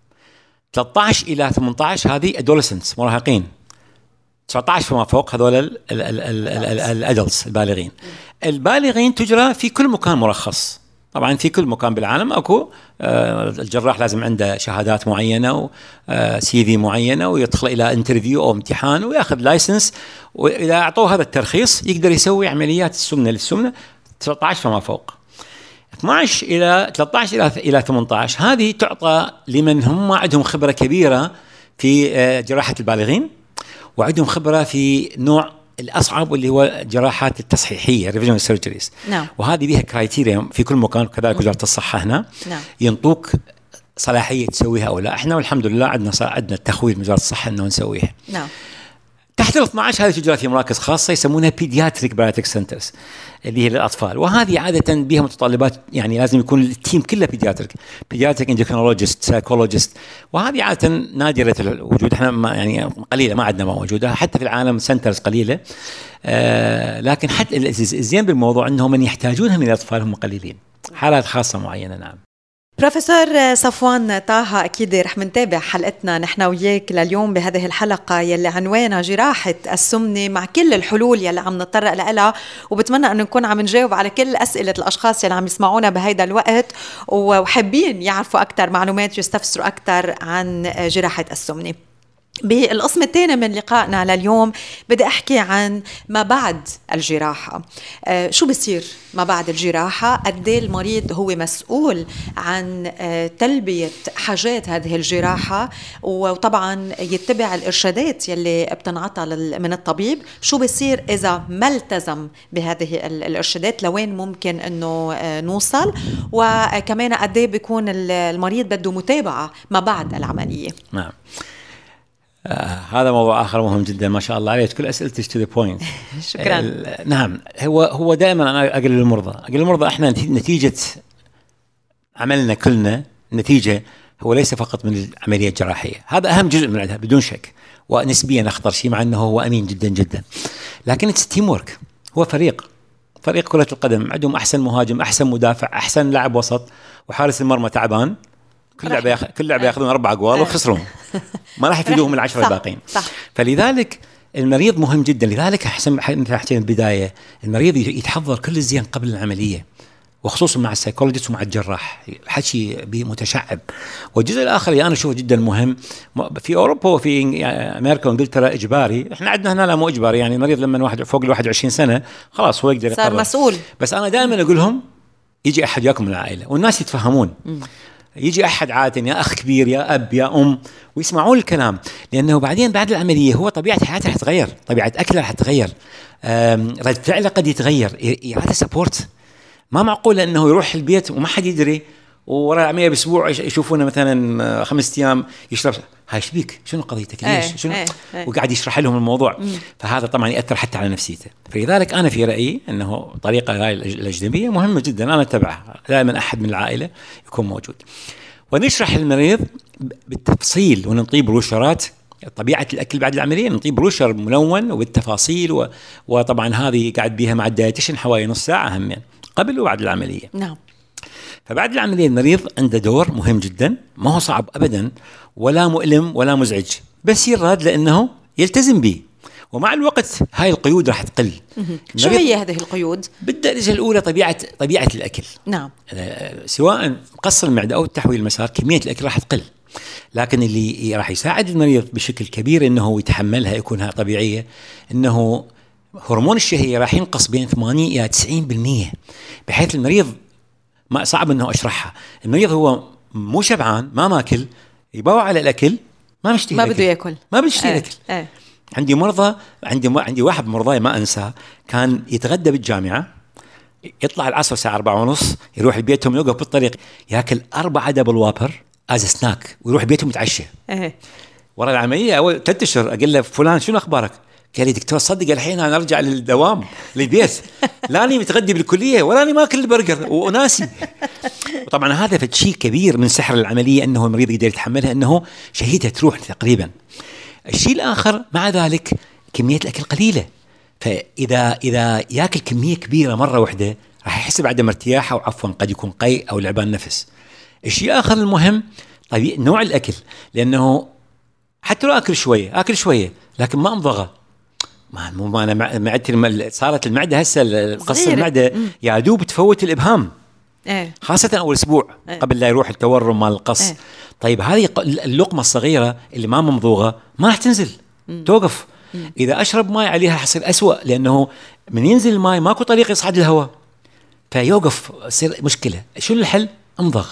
13 إلى 18 هذه adolescents مراهقين، 19 فما فوق هذول الادلتس البالغين. البالغين تجرى في كل مكان مرخص، طبعا في كل مكان بالعالم اكو الجراح لازم عنده شهادات معينه وسي في معينه، ويدخل الى انترفيو او امتحان وياخذ لايسنس، واذا اعطوه هذا الترخيص يقدر يسوي عمليات للسمنه 19 فما فوق. 12 إلى 13 إلى 18 هذه تعطى لمن هم عندهم خبرة كبيرة في جراحة البالغين، وعندهم خبرة في نوع الأصعب واللي هو الجراحات التصحيحية revisional surgeries. نعم. وهذه بها كرايتيريا في كل مكان، كذلك وزارة الصحة هنا. نعم. ينطوك صلاحية تسويها أو لا. إحنا والحمد لله عندنا التخويل من وزارة الصحة إنه نسويها. نعم. تحت 12 هذه تجرى في مراكز خاصة يسمونها pediatric bariatric centers اللي هي للأطفال، وهذه عادة بها متطلبات، يعني لازم يكون التيم كله pediatric endocrinologist psychologist، وهذه عادة نادرة الوجود. احنا يعني قليلة ما عندنا موجودة، حتى في العالم سنترز قليلة. لكن حتى الزين بالموضوع أنه من يحتاجونها من الأطفال هم قليلين، حالات خاصة معينة. نعم. بروفيسور صفوان طه، أكيد رح منتابع حلقتنا نحن وياك لليوم بهذه الحلقة يلي عنوانها جراحة السمنة مع كل الحلول يلي عم نتطرق لها، وبتمنى أن نكون عم نجاوب على كل أسئلة الأشخاص يلي عم يسمعونا بهيدا الوقت وحابين يعرفوا أكتر معلومات يستفسروا أكتر عن جراحة السمنة. بالقسم الثاني من لقائنا لليوم بدي أحكي عن ما بعد الجراحة. شو بصير ما بعد الجراحة؟ قد ايه المريض هو مسؤول عن تلبية حاجات هذه الجراحة، وطبعا يتبع الإرشادات يلي بتنعطى من الطبيب. شو بصير إذا ما التزم بهذه الإرشادات، لوين ممكن أنه نوصل، وكمان قد ايه بيكون المريض بده متابعة ما بعد العملية. نعم. هذا موضوع آخر مهم جدا، ما شاء الله عليك، كل أسئلتك to the point. شكرا. نعم، هو دائما أنا أقول للمرضى إحنا نتيجة عملنا كلنا، نتيجة هو ليس فقط من العملية الجراحية، هذا أهم جزء منها بدون شك، ونسبيا أخطر شيء مع أنه هو أمين جدا جدا، لكن it's teamwork، هو فريق كرة القدم عندهم أحسن مهاجم، أحسن مدافع، أحسن لاعب وسط، وحارس المرمى تعبان، كل لعبة ياخذون 4 أجوال وخسرون، ما راح يفيدوهم العشرة الباقين. فلذلك المريض مهم جدا. لذلك أحسن مثل حكينا البداية، المريض يتحضر كل الزين قبل العملية، وخصوصا مع السايكولوجيست ومع الجراح، حكي متشعب. والجزء الآخر اللي أنا أشوفه جدا مهم، في أوروبا وفي أمريكا وإنجلترا إجباري، إحنا عندنا هنا لا مو إجباري، يعني المريض لما واحد فوق 21 سنة خلاص هو يقدر صار مسؤول. بس أنا دائما أقول لهم يجي أحد ياكم من العائلة، والناس يتفهمون. يجي أحد عادة، يا أخ كبير يا أب يا أم، ويسمعون الكلام، لأنه بعدين بعد العملية هو طبيعة حياته رح تتغير، طبيعة أكله رح تتغير، رد فعله قد يتغير، هذا سبورت. ما معقول أنه يروح البيت وما حد يدري، وورا العملية بأسبوع يشوفونه مثلا 5 أيام يشرب، هاي شبيك، شنو قضيتك ليش شنو وقاعد يشرح لهم الموضوع. فهذا طبعا يأثر حتى على نفسيته. فلذلك أنا في رأيي أنه طريقة هاي الأجنبية مهمة جدا، أنا أتبعها دائما، أحد من العائلة يكون موجود، ونشرح المريض بالتفصيل، ونعطيه بروشرات طبيعة الأكل بعد العملية، نعطيه بروشر ملون وبالتفاصيل وطبعا هذه قاعد بيها مع الدايتيشن حوالي نص ساعة هم قبل وبعد العملية. نعم. فبعد العملية المريض عنده دور مهم جدا، ما هو صعب أبدا ولا مؤلم ولا مزعج، بس يراد لأنه يلتزم به، ومع الوقت هاي القيود راح تقل. شو هي هذه القيود؟ بالدرجة الأولى طبيعة الأكل. نعم. سواء قص المعدة أو التحويل المسار، كمية الأكل راح تقل، لكن اللي راح يساعد المريض بشكل كبير إنه يتحملها، يكونها طبيعية، إنه هرمون الشهية راح ينقص بين 80 إلى 90%، بحيث المريض ما صعب إنه أشرحها. المريض هو مو شبعان، ما ماكل، يباوع على الأكل، ما مشتهي، ما بده يأكل، ما بيشتهي الأكل. عندي مرضى، عندي واحد مرضاي ما أنساه، كان يتغدى بالجامعة، يطلع العصر الساعة 4:30، يروح بيتهم، يوقف بالطريق يأكل 4 دبل وابر از سناك، ويروح بيتهم يتعشى. ورا العملية أول 3 أشهر أقول له فلان شنو أخبارك؟ قال لي دكتور صدق الحين أنا أرجع للدوام للبيت، لاني متغدي بالكلية ولاني ما أكل البرجر وناسي. وطبعا هذا شيء كبير من سحر العملية، أنه المريض يقدر يتحملها، أنه شهيته تروح تقريبا. الشيء الآخر مع ذلك كمية الأكل قليلة، فإذا يأكل كمية كبيرة مرة واحدة راح يحس بعدم ارتياح، أو عفوا قد يكون قيء أو لعبان نفس. الشيء الآخر المهم نوع الأكل، لأنه حتى لو أكل شوية لكن ما أمضغه، ما أنا معدتي صارت المعدة هسه قص المعدة يا دوب تفوت الإبهام، خاصة أول أسبوع قبل لا يروح التورم مال القص. طيب هذه اللقمة الصغيرة اللي ما ممضوغة ما راح تنزل، توقف. إذا أشرب ماء عليها حصير أسوأ، لأنه من ينزل الماء ماكو طريق يصعد الهواء، فيوقف، يصير مشكلة. شو الحل؟ امضغ.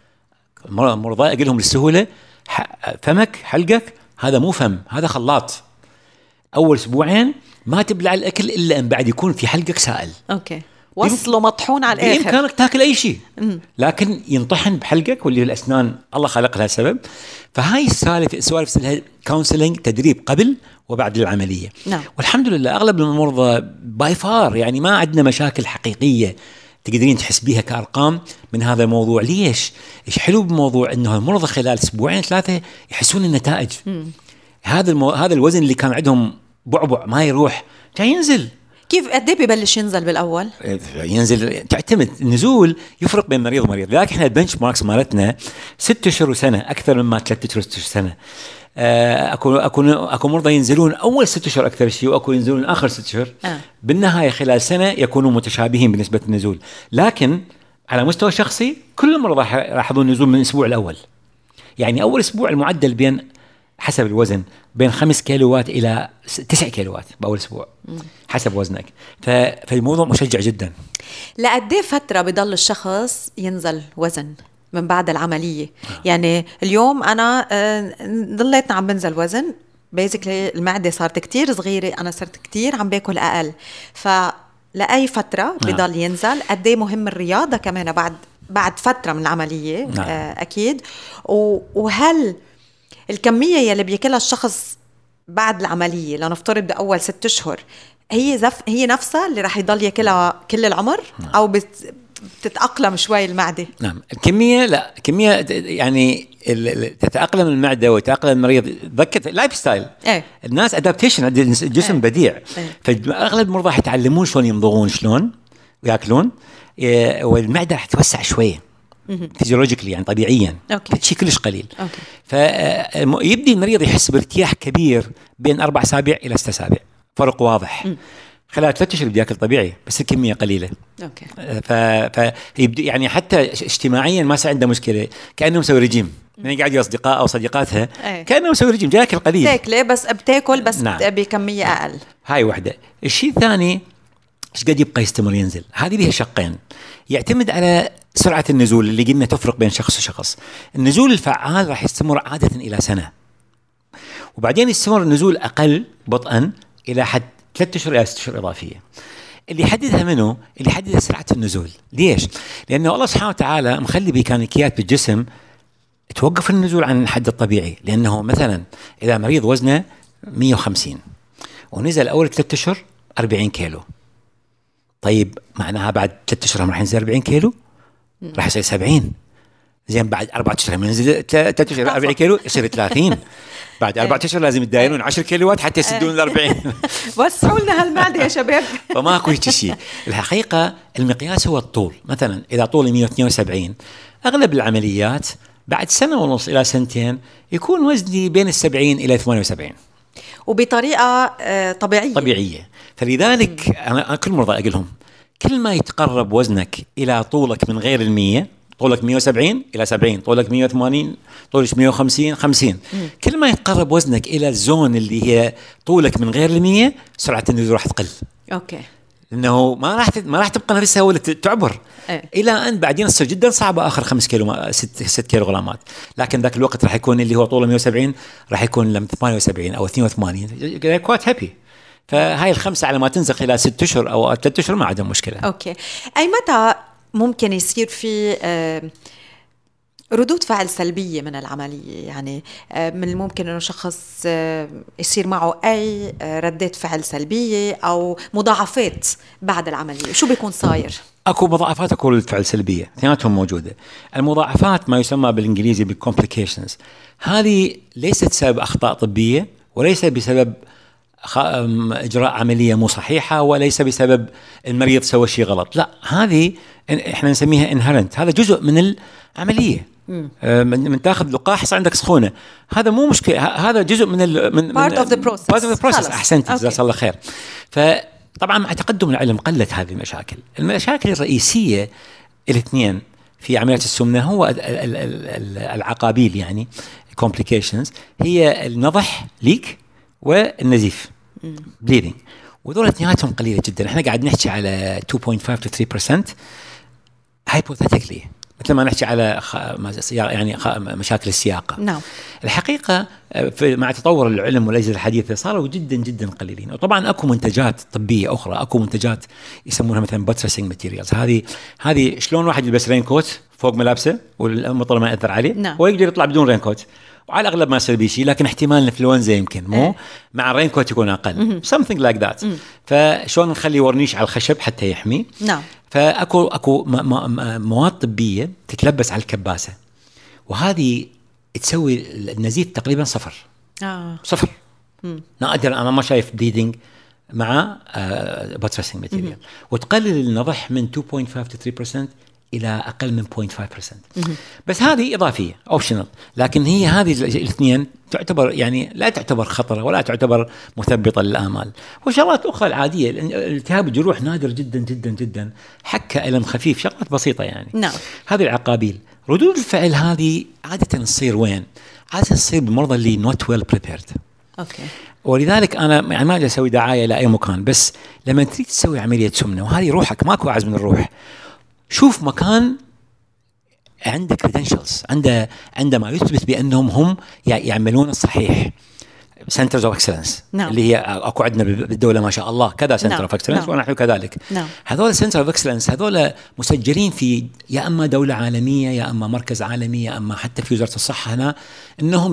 مرضى أقول لهم للسهولة، فمك حلقك هذا مو فم، هذا خلاط. أول أسبوعين ما تبلع الأكل إلا أن بعد يكون في حلقك سائل. أوكي. وصله مطحون على الآخر. بإمكانك تاكل أي شيء، لكن ينطحن بحلقك، واللي الأسنان الله خلق لها سبب. فهاي السوالف كونسلينج، تدريب قبل وبعد العملية. نعم. والحمد لله أغلب المرضى باي فار يعني ما عندنا مشاكل حقيقية تقدرين تحس بيها كأرقام من هذا الموضوع. ليش؟ إيش حلو بالموضوع إنه المرضى خلال 2-3 يحسون النتائج. هذا الوزن اللي كان عندهم بعبع ما يروح جاي ينزل. كيف قد ايه ببلش ينزل بالاول؟ ينزل، تعتمد النزول يفرق بين مريض ومريض، لكن احنا البنش ماركس مالتنا 6 أشهر وسنه، اكثر مما 3 أشهر 6 سنه. اكو مرضى ينزلون اول 6 أشهر اكثر شيء، واكو ينزلون اخر 6 أشهر. بالنهايه خلال سنه يكونوا متشابهين بنسبه النزول، لكن على مستوى شخصي كل المرضى يلاحظون نزول من الاسبوع الاول. يعني اول اسبوع المعدل بين حسب الوزن بين 5 كيلوات إلى 9 كيلوات بأول أسبوع حسب وزنك. فالموضوع مشجع جدا. لقد ايه فترة بضل الشخص ينزل وزن من بعد العملية؟ يعني اليوم أنا ضليتنا عم بنزل وزن، بيزيكلي المعدة صارت كتير صغيرة، أنا صرت كتير عم باكل أقل، فلأي فترة بضل ينزل. قد ايه مهم الرياضة كمان بعد فترة من العملية. أكيد. وهل الكمية يلي بياكلها الشخص بعد العملية لنفترض بأول 6 أشهر هي نفسها اللي راح يضل ياكلها كل العمر؟ أو بتتأقلم شوي المعدة؟ نعم. الكمية لا، كمية يعني تتأقلم المعدة وتتأقلم المريض. ذكرت لايف ستايل. الناس أدابتيشن، الجسم بديع. فأغلب المرضى يتعلمون شلون يمضغون، شلون وياكلون والمعده راح تتوسع شويه فيزيولوجيكلي يعني طبيعيا. شيء كلش قليل. فيبدي المريض يحس بارتياح كبير بين 4 أسابيع إلى 6 أسابيع، فرق واضح. خلال 3 أشهر بده ياكل طبيعي بس الكميه قليله. فيبدأ يعني حتى اجتماعيا ما صار عنده مشكله، كانه مسوي رجيم. يعني قاعد اصدقاء او صديقاتها كانه مسوي رجيم، جاي ياكل قليل، تاكله بس بتاكل بس بكميه اقل. هاي وحده. الشيء الثاني ايش قد يبقى يستمر ينزل. هذه بها شقين، يعتمد على سرعه النزول اللي قلنا تفرق بين شخص وشخص. النزول الفعال راح يستمر عاده الى سنه، وبعدين يستمر النزول اقل بطئا الى حد 3 أشهر الى 6 أشهر اضافيه. اللي يحددها منه؟ اللي يحددها سرعه النزول. ليش؟ لانه الله سبحانه وتعالى مخلي ميكانيكيات بالجسم توقف النزول عن الحد الطبيعي. لانه مثلا اذا مريض وزنه 150 ونزل اول 3 أشهر 40 كيلو، طيب معناها بعد 3 أشهر راح ينزل 40 كيلو، راح يصير 70. زين بعد 4 أشهر ينزل 3 أشهر 40 كيلو يصير 30. بعد 4 أشهر لازم يتدايرون 10 كيلوات حتى يسدون ال 40. وسعوا لنا هالمعده يا شباب. فماكو هيك شيء. الحقيقه المقياس هو الطول. مثلا اذا طولي 172 اغلب العمليات بعد 1.5 سنة الى 2 سنين يكون وزني بين 70 الى 78 وبطريقه طبيعيه. فلذلك انا كل مرة اقول لهم كل ما يتقرب وزنك الى طولك من غير 100، طولك 170 الى 70، طولك 180، طولك 150 50، كل ما يتقرب وزنك الى الزون اللي هي طولك من غير 100 سرعه النزول راح تقل. لانه ما راح تبقى نفسها ولا تعبر الى ان بعدين تصير جدا صعبه اخر 5 كيلو 6 كيلو غرامات. لكن ذاك الوقت راح يكون اللي هو طوله 170 راح يكون لم 78 او 82 كويت هابي. فهاي الخمسه على ما تنزل خلال 6 أشهر او 3 أشهر ما عندهم مشكله. اي متى ممكن يصير في ردود فعل سلبية من العملية؟ يعني من الممكن أنه شخص يصير معه أي ردات فعل سلبية أو مضاعفات بعد العملية، شو بيكون صاير؟ أكو مضاعفات أكو ردود فعل سلبية، اثنيناتهم موجودة. المضاعفات ما يسمى بالإنجليزي بالcomplications، هذه ليست سبب أخطاء طبية وليس بسبب إجراء عملية مو صحيحة وليس بسبب المريض سوى شيء غلط، لا، هذه إحنا نسميها inherent، هذا جزء من العملية. من تاخذ لقاح صار عندك سخونه، هذا مو مشكله، هذا جزء من part of the process. احسنت، جزاك الله خير. فطبعا مع تقدم العلم قلت هذه المشاكل. المشاكل الرئيسيه الاثنين في عمليات السمنه هو العقابيل، يعني complications، هي النضح ليك والنزيف bleeding، وذول اثنيناتهم قليله جدا. احنا قاعد نحكي على 2.5 to 3% hypothetically، مثل ما نحكي على يعني مشاكل السياقة. نعم. الحقيقة مع تطور العلم والأجهزة الحديثة صاروا جدا جدا قليلين. وطبعا أكو منتجات طبية أخرى، أكو منتجات يسمونها مثلا باترسينج ماتيريالز. هذه شلون واحد يلبس رين كوت فوق ملابسه والمطر ما يأثر عليه، نعم. ويقدر يطلع بدون رين كوت، وعلى الأغلب ما يصير بيه شيء، لكن احتمال الإنفلونزا يمكن مو مع الرين كوت يكون أقل، something like that. فشلون نخلي ورنيش على الخشب حتى يحمي. نعم. فأكو مواد طبية تتلبس على الكباسة، وهذه تسوي النزيف تقريبا صفر. صفر. نادر، أنا ما شايف بليدنج مع باترسينج ماتيريال، وتقلل النضح من 2.5 to 3% إلى أقل من 0.5%. بس هذه إضافية أوبشنال، لكن هي هذه الاثنين تعتبر يعني لا تعتبر خطرة ولا تعتبر مثبطة للآمال. وشغلات أخرى العادية، التهاب الجروح نادر جدا جدا جدا، حكة ألم خفيف، شغلات بسيطة يعني. نعم. هذه العقابيل. ردود الفعل هذه عادة تصير وين؟ عادة تصير بالمرضى اللي not well prepared. ولذلك أنا يعني ما أجي أسوي دعاية لأي مكان، بس لما تريد تسوي عملية سمنة وهذه روحك ماكو أعز من الروح، شوف مكان عنده credentials، عنده ما يثبت بأنهم هم يعملون الصحيح. Centers of Excellence. نعم. اللي هي أكو عندنا بالدولة ما شاء الله كذا Center of Excellence. نعم. ونحن كذلك. نعم. هذول Center of Excellence هذول مسجلين في يا أما دولة عالمية يا أما مركز عالمي يا أما حتى في وزارة الصحة هنا، إنهم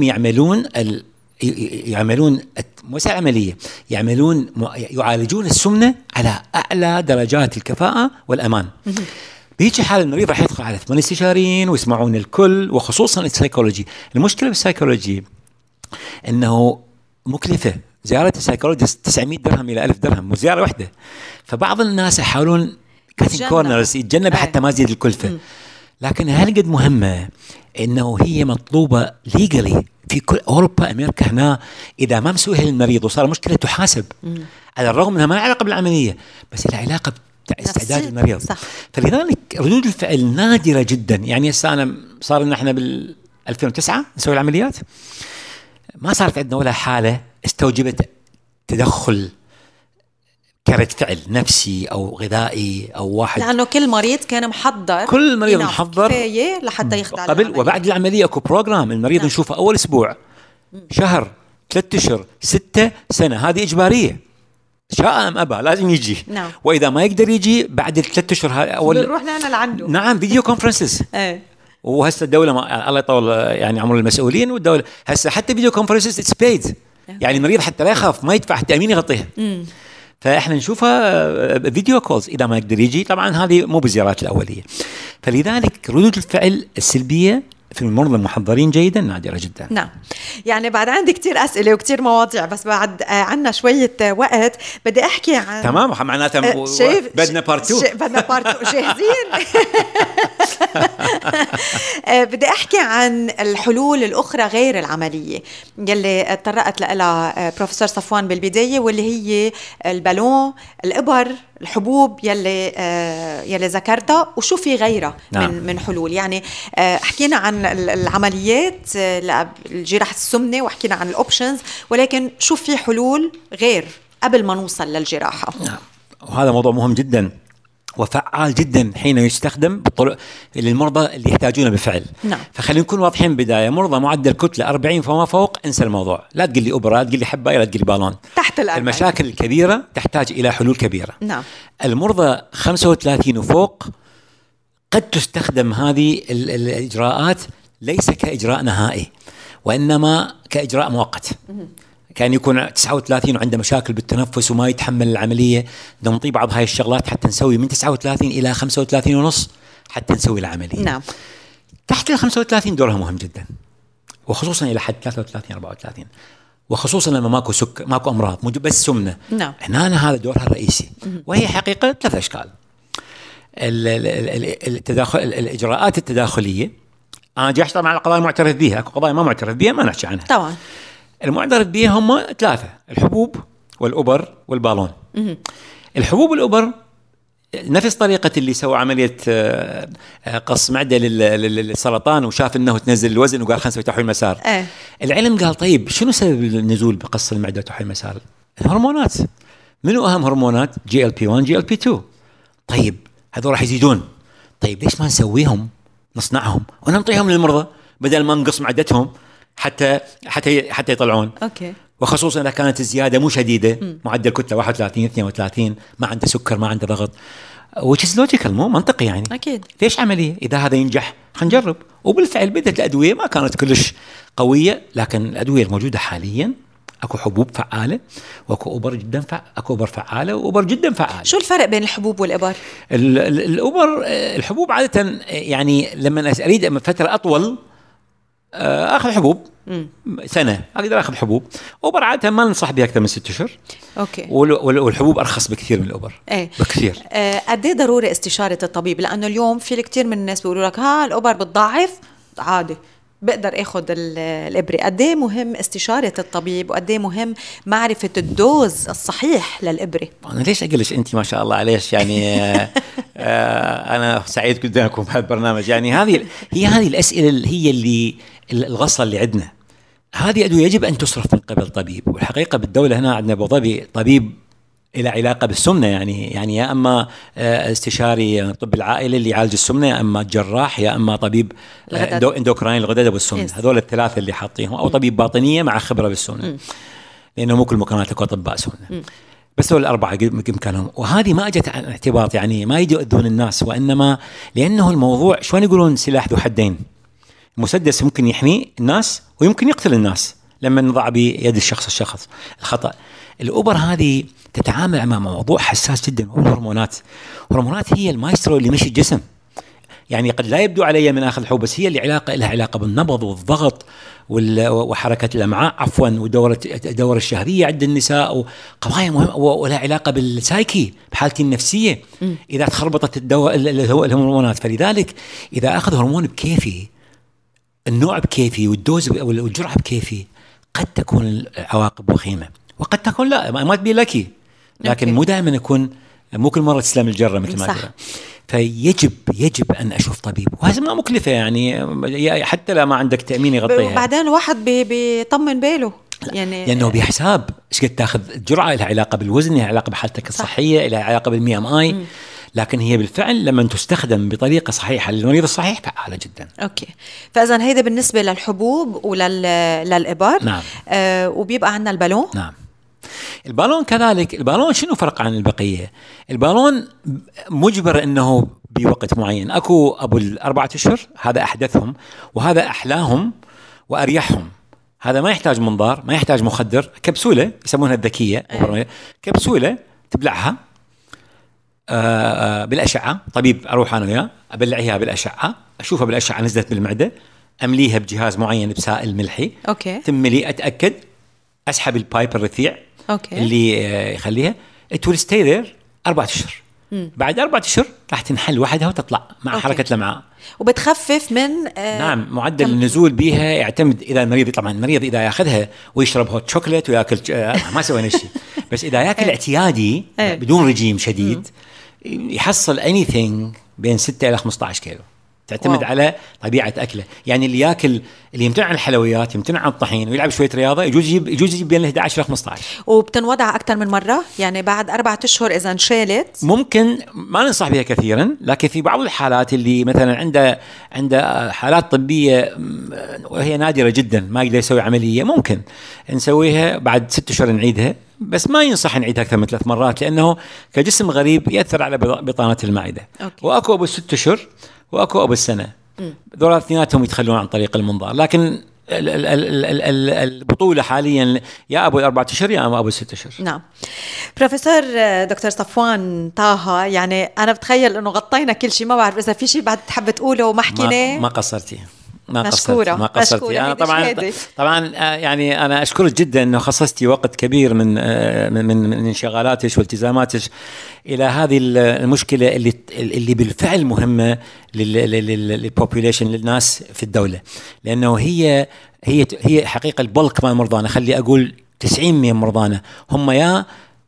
يعملون مو عملية، يعالجون السمنة على أعلى درجات الكفاءة والأمان. بهيك حال المريض راح يدخل على 8 استشاريين ويسمعون الكل، وخصوصا السايكولوجي. المشكلة بالسايكولوجي انه مكلفة، زيارة السايكولوجيست 900 درهم الى 1000 درهم وزيارة واحدة. فبعض الناس يحاولون كاتين كورنرز، يتجنب حتى ما تزيد الكلفة. لكن هالقد مهمة إنه هي مطلوبة ليجالي في كل أوروبا، أمريكا هنا. إذا ما مسويها للمريض وصار مشكلة تحاسب، على الرغم أنها ما علاقة بالعملية، بس لها علاقة باستعداد المريض. صح. فلذلك ردود الفعل نادرة جدا. يعني هسه صار لنا احنا بال 2009 نسوي العمليات، ما صارت عندنا ولا حالة استوجبت تدخل كرد فعل نفسي أو غذائي أو واحد، لأنه كل مريض كان محضر، كل مريض محضر كفاية لحتى يخضع قبل العملية. وبعد العملية أكو بروجرام المريض نعم. نشوفه أول أسبوع، شهر، 3 أشهر، 6 سنة، هذه إجبارية، شاء أم أبى لازم يجي. نعم. وإذا ما يقدر يجي بعد ال3 أشهر بنروح لنا لعنده. نعم، فيديو كونفرنسز. وهسه الدولة الله يطول يعني عمر المسؤولين، والدولة هسه حتى فيديو كونفرنسز اتس بيد، يعني المريض حتى لا يخاف ما يدفع التأمين يغطيها. فإحنا نشوفها فيديو كولز إذا ما يقدر يجي. طبعا هذه مو بالزيارات الأولية. فلذلك ردود الفعل السلبية في المرضى المحضرين جيدا نادرة جدا. نعم. يعني بعد عندي كتير أسئلة وكتير مواضيع، بس بعد عنا شوية وقت بدي أحكي عن تمام. معناتها بدنا بارت 2. بدنا بارت 2 جاهزين. بدي أحكي عن الحلول الأخرى غير العملية يلي تطرقت لها بروفيسور صفوان بالبداية، واللي هي البالون، الإبر، الحبوب يلي ذكرتها، وشو في غيرها. نعم. من حلول. يعني حكينا عن العمليات، الجراحة السمنة، وحكينا عن الأوبشنز، ولكن شو في حلول غير قبل ما نوصل للجراحة. نعم. وهذا موضوع مهم جدا وفعال جدا حين يستخدم بالطرق للمرضى اللي يحتاجونه بالفعل. نعم. فخلينا نكون واضحين بداية. مرضى معدل كتلة 40 فما فوق، انسى الموضوع. لا تقول لي أوبرا، لا تقول لي حباية، لا تقول لي بالون. تحت المشاكل الكبيرة تحتاج إلى حلول كبيرة. نعم. المرضى 35 وفوق قد تستخدم هذه الإجراءات ليس كإجراء نهائي، وإنما كإجراء مؤقت. كان يكون 39 وعنده مشاكل بالتنفس وما يتحمل العملية، ننطي بعض هاي الشغلات حتى نسوي من 39 إلى 35 ونص حتى نسوي العملية. نعم. تحت ال 35 دورها مهم جدا، وخصوصا إلى حد 33 34، وخصوصا لما ماكو ماكو أمراض، مو بس سمنة. نعم. هنا هذا دورها الرئيسي. وهي حقيقة 3 أشكال. الإجراءات التداخلية، أنا جاي طبعا على قضايا معترف بها، أكو قضايا ما معترف بها ما نحكي عنها طبعا. المعترف بها هم 3: الحبوب والأوبر والبالون. الحبوب والأوبر نفس طريقة اللي سوى عملية قص معدة للسرطان وشاف انه تنزل الوزن وقال خلينا نسوي تحويل مسار. العلم قال طيب شنو سبب النزول بقص المعدة وتحويل مسار؟ الهرمونات. منو أهم هرمونات؟ GLP-1 GLP-2. طيب هذول راح يزيدون، طيب ليش ما نسويهم نصنعهم وننطيهم للمرضى بدل ما نقص معدتهم حتى يطلعون. اوكي. وخصوصا اذا كانت الزياده مو شديده، معدل كتله 31 32، ما عنده سكر ما عنده ضغط، which is logical، مو منطقي يعني. اكيد. ليش عمليه اذا هذا ينجح خلينا نجرب. وبالفعل بدات الادويه ما كانت كلش قويه، لكن الادويه الموجوده حاليا اكو حبوب فعاله واكو اوبر جدا اكو اوبر فعاله واوبر جدا فعاله. شو الفرق بين الحبوب والابر؟ الاوبر الحبوب عاده يعني لما اريد فتره اطول اخذ حبوب سنه، اقدر اخذ حبوب. اوبر عاده ما ننصح بها اكثر من 6 اشهر. اوكي. والحبوب ارخص بكثير من الاوبر. بكثير. قد ايه ضروري استشاره الطبيب؟ لانه اليوم في كثير من الناس بيقولوا لك الاوبر بتضعف، عادي بقدر اخذ الابره. قد ايه مهم استشاره الطبيب، وقد ايه مهم معرفه الدوز الصحيح للابره؟ انا ليش اقلش انت ما شاء الله عليش يعني. انا سعيد قدامكم بهذا البرنامج. يعني هذه الاسئله هي اللي الغصه اللي عندنا. هذه ادويه يجب ان تصرف من قبل طبيب، والحقيقه بالدوله هنا عندنا ابو ظبي طبيب إلى علاقة بالسمنة، يعني يا أما استشاري طب العائلة اللي يعالج السمنة، يا أما جراح، يا أما طبيب اندوكراين الغدد والسمنة. هذول الثلاثة اللي حاطينهم، أو طبيب باطنية مع خبرة بالسمنة، لأنه مو كل مكانات لكم أطباء سمنة، بس هو الأربعة بإمكانهم. وهذه ما أجت عن اعتباط، يعني ما يجوا يؤذون الناس، وإنما لأنه الموضوع شلون يقولون سلاح ذو حدين. مسدس ممكن يحمي الناس ويمكن يقتل الناس لما نضع بيد الشخص الخطأ. الأوبر هذه تتعامل مع موضوع حساس جدا، هو الهرمونات. الهرمونات هي المايسترو اللي مشي الجسم. يعني قد لا يبدو علي من اخذ حبوب، بس هي اللي لها علاقه بالنبض والضغط وحركه الامعاء عفوا، والدوره الشهريه عند النساء، وقضايا مهمه ولها علاقه بالسايكي، بحالتي النفسيه اذا تخربطت الهرمونات. فلذلك اذا اخذ هرمون بكيفي، النوع بكيفي، والدوز والجرعه بكيفي، قد تكون العواقب وخيمه، وقد تكون لا، ما تبي لك، لكن مو دائما يكون، مو كل مره تسلم الجره مثل ما تقول. فيجب ان اشوف طبيب، وهذا ما مكلفه يعني حتى لو ما عندك تامين يغطيها. وبعدين الواحد بيطمن باله يعني، لانه بحساب ايش قد تاخذ الجرعه، لها علاقه بالوزن، لها علاقه بحالتك الصحيه، لها علاقه بالمي ام اي. لكن هي بالفعل لما تستخدم بطريقه صحيحه للمريض الصحيح فعاله جدا. اوكي، فاذا هيدا بالنسبه للحبوب وللابر. نعم. وبيبقى عندنا البالون. نعم. البالون كذلك، البالون شنو فرق عن البقيه؟ البالون مجبر انه بوقت معين، اكو ابو ال4 أشهر، هذا احدثهم وهذا احلاهم واريحهم. هذا ما يحتاج منظار، ما يحتاج مخدر، كبسوله يسمونها الذكيه، كبسوله تبلعها بالاشعه. طبيب اروح انا وياه ابلعها بالاشعه، اشوفها بالاشعه نزلت بالمعده، امليها بجهاز معين بسائل ملحي. اوكي. تملي، اتاكد، اسحب البايب الرفيع. اوكي. اللي يخليها it will stay there 4 أشهر. بعد 4 أشهر راح تنحل وحدها وتطلع مع أوكي. حركة الأمعاء، وبتخفف من نعم، معدل النزول بيها يعتمد إذا المريض، طبعا المريض إذا ياخذها ويشرب هوت شوكولات وياكل ما سوينا شيء، بس إذا ياكل اعتيادي بدون رجيم شديد يحصل anything بين 6 إلى 15 كيلو. تعتمد واو. على طبيعة أكله. يعني اللي ياكل، اللي يمتنع عن الحلويات، يمتنع عن الطحين، ويلعب شوية رياضة، يجوز يجيب بين 11 إلى 15. وبتنوضع أكثر من مرة، يعني بعد 4 أشهر إذا انشالت ممكن. ما ننصح بها كثيرا، لكن في بعض الحالات اللي مثلا عنده حالات طبية وهي نادرة جدا ما يقدر يسوي عملية، ممكن نسويها بعد 6 أشهر نعيدها، بس ما ينصح نعيدها أكثر من 3 مرات، لأنه كجسم غريب يأثر على بطانة المعدة. وأكو أبو 6 أشهر وأكو أبو السنة، ذول اثنيناتهم يتخلون عن طريق المنظار. لكن البطولة حاليا يا أبو 4 أشهر يا أبو 6 أشهر. نعم. بروفيسور دكتور صفوان طه، يعني أنا بتخيل أنه غطينا كل شيء، ما بعرف إذا في شيء بعد تحب تقوله وما حكيناه. ما قصرتي. ما قصرتي. أنا طبعا يعني أنا أشكرك جدا إنه خصصتي وقت كبير من انشغالاتك والتزاماتك إلى هذه المشكلة اللي بالفعل مهمة للبوبوليشن، للناس في الدولة، لأنه هي حقيقة البلك مال مرضانا. خلي أقول 90% من مرضانا هم يا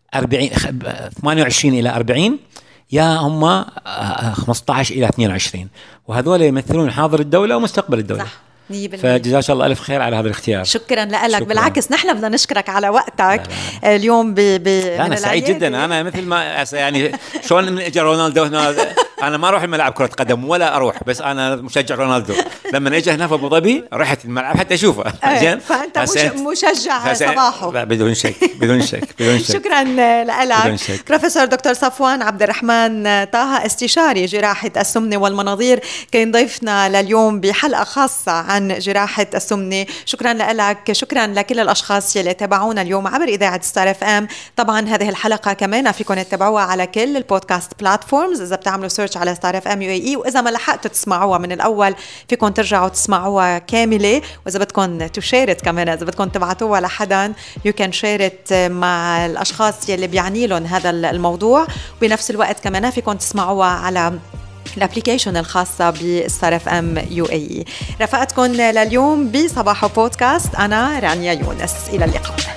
28 إلى 40 يا هم 15 إلى 22، وهذول يمثلون حاضر الدولة ومستقبل الدولة. صح. فجزاك الله ألف خير على هذا الاختيار. شكرا لك. بالعكس نحن بدنا نشكرك على وقتك. لا. اليوم أنا سعيد جدا. أنا مثل ما يعني شلون من اجى رونالدو هنا، أنا ما أروح الملعب كرة قدم ولا أروح، بس أنا مشجع رونالدو. لما اجى هنا في أبو ظبي رحت الملعب حتى أشوفه. فأنت مشجع صباحه. بدون شك. شكرا لك بروفيسور دكتور صفوان عبد الرحمن طه، استشاري جراحة السمنة والمناظير، كان ضيفنا لليوم بحلقة خاصة عن جراحة السمنة. شكرا لك. شكرا لكل الأشخاص يلي تابعونا اليوم عبر إذاعة ستار اف ام. طبعا هذه الحلقة كمان فيكم تتابعوها على كل البودكاست بلاتفورمز إذا بتعملوا سيرش على ستار اف ام UAE، وإذا ما لحقتوا تسمعوها من الأول فيكم ترجعوا تسمعوها كاملة، وإذا بدكم تشيرت كمان، إذا بدكم تبعتوها لحدا you can share it مع الأشخاص يلي بيعني لهم هذا الموضوع. بنفس الوقت كمان فيكم تسمعوها على الابليكيشن الخاصة بستار اف ام UAE. رفقتكم لليوم بصباحو بودكاست، أنا رانيا يونس. إلى اللقاء.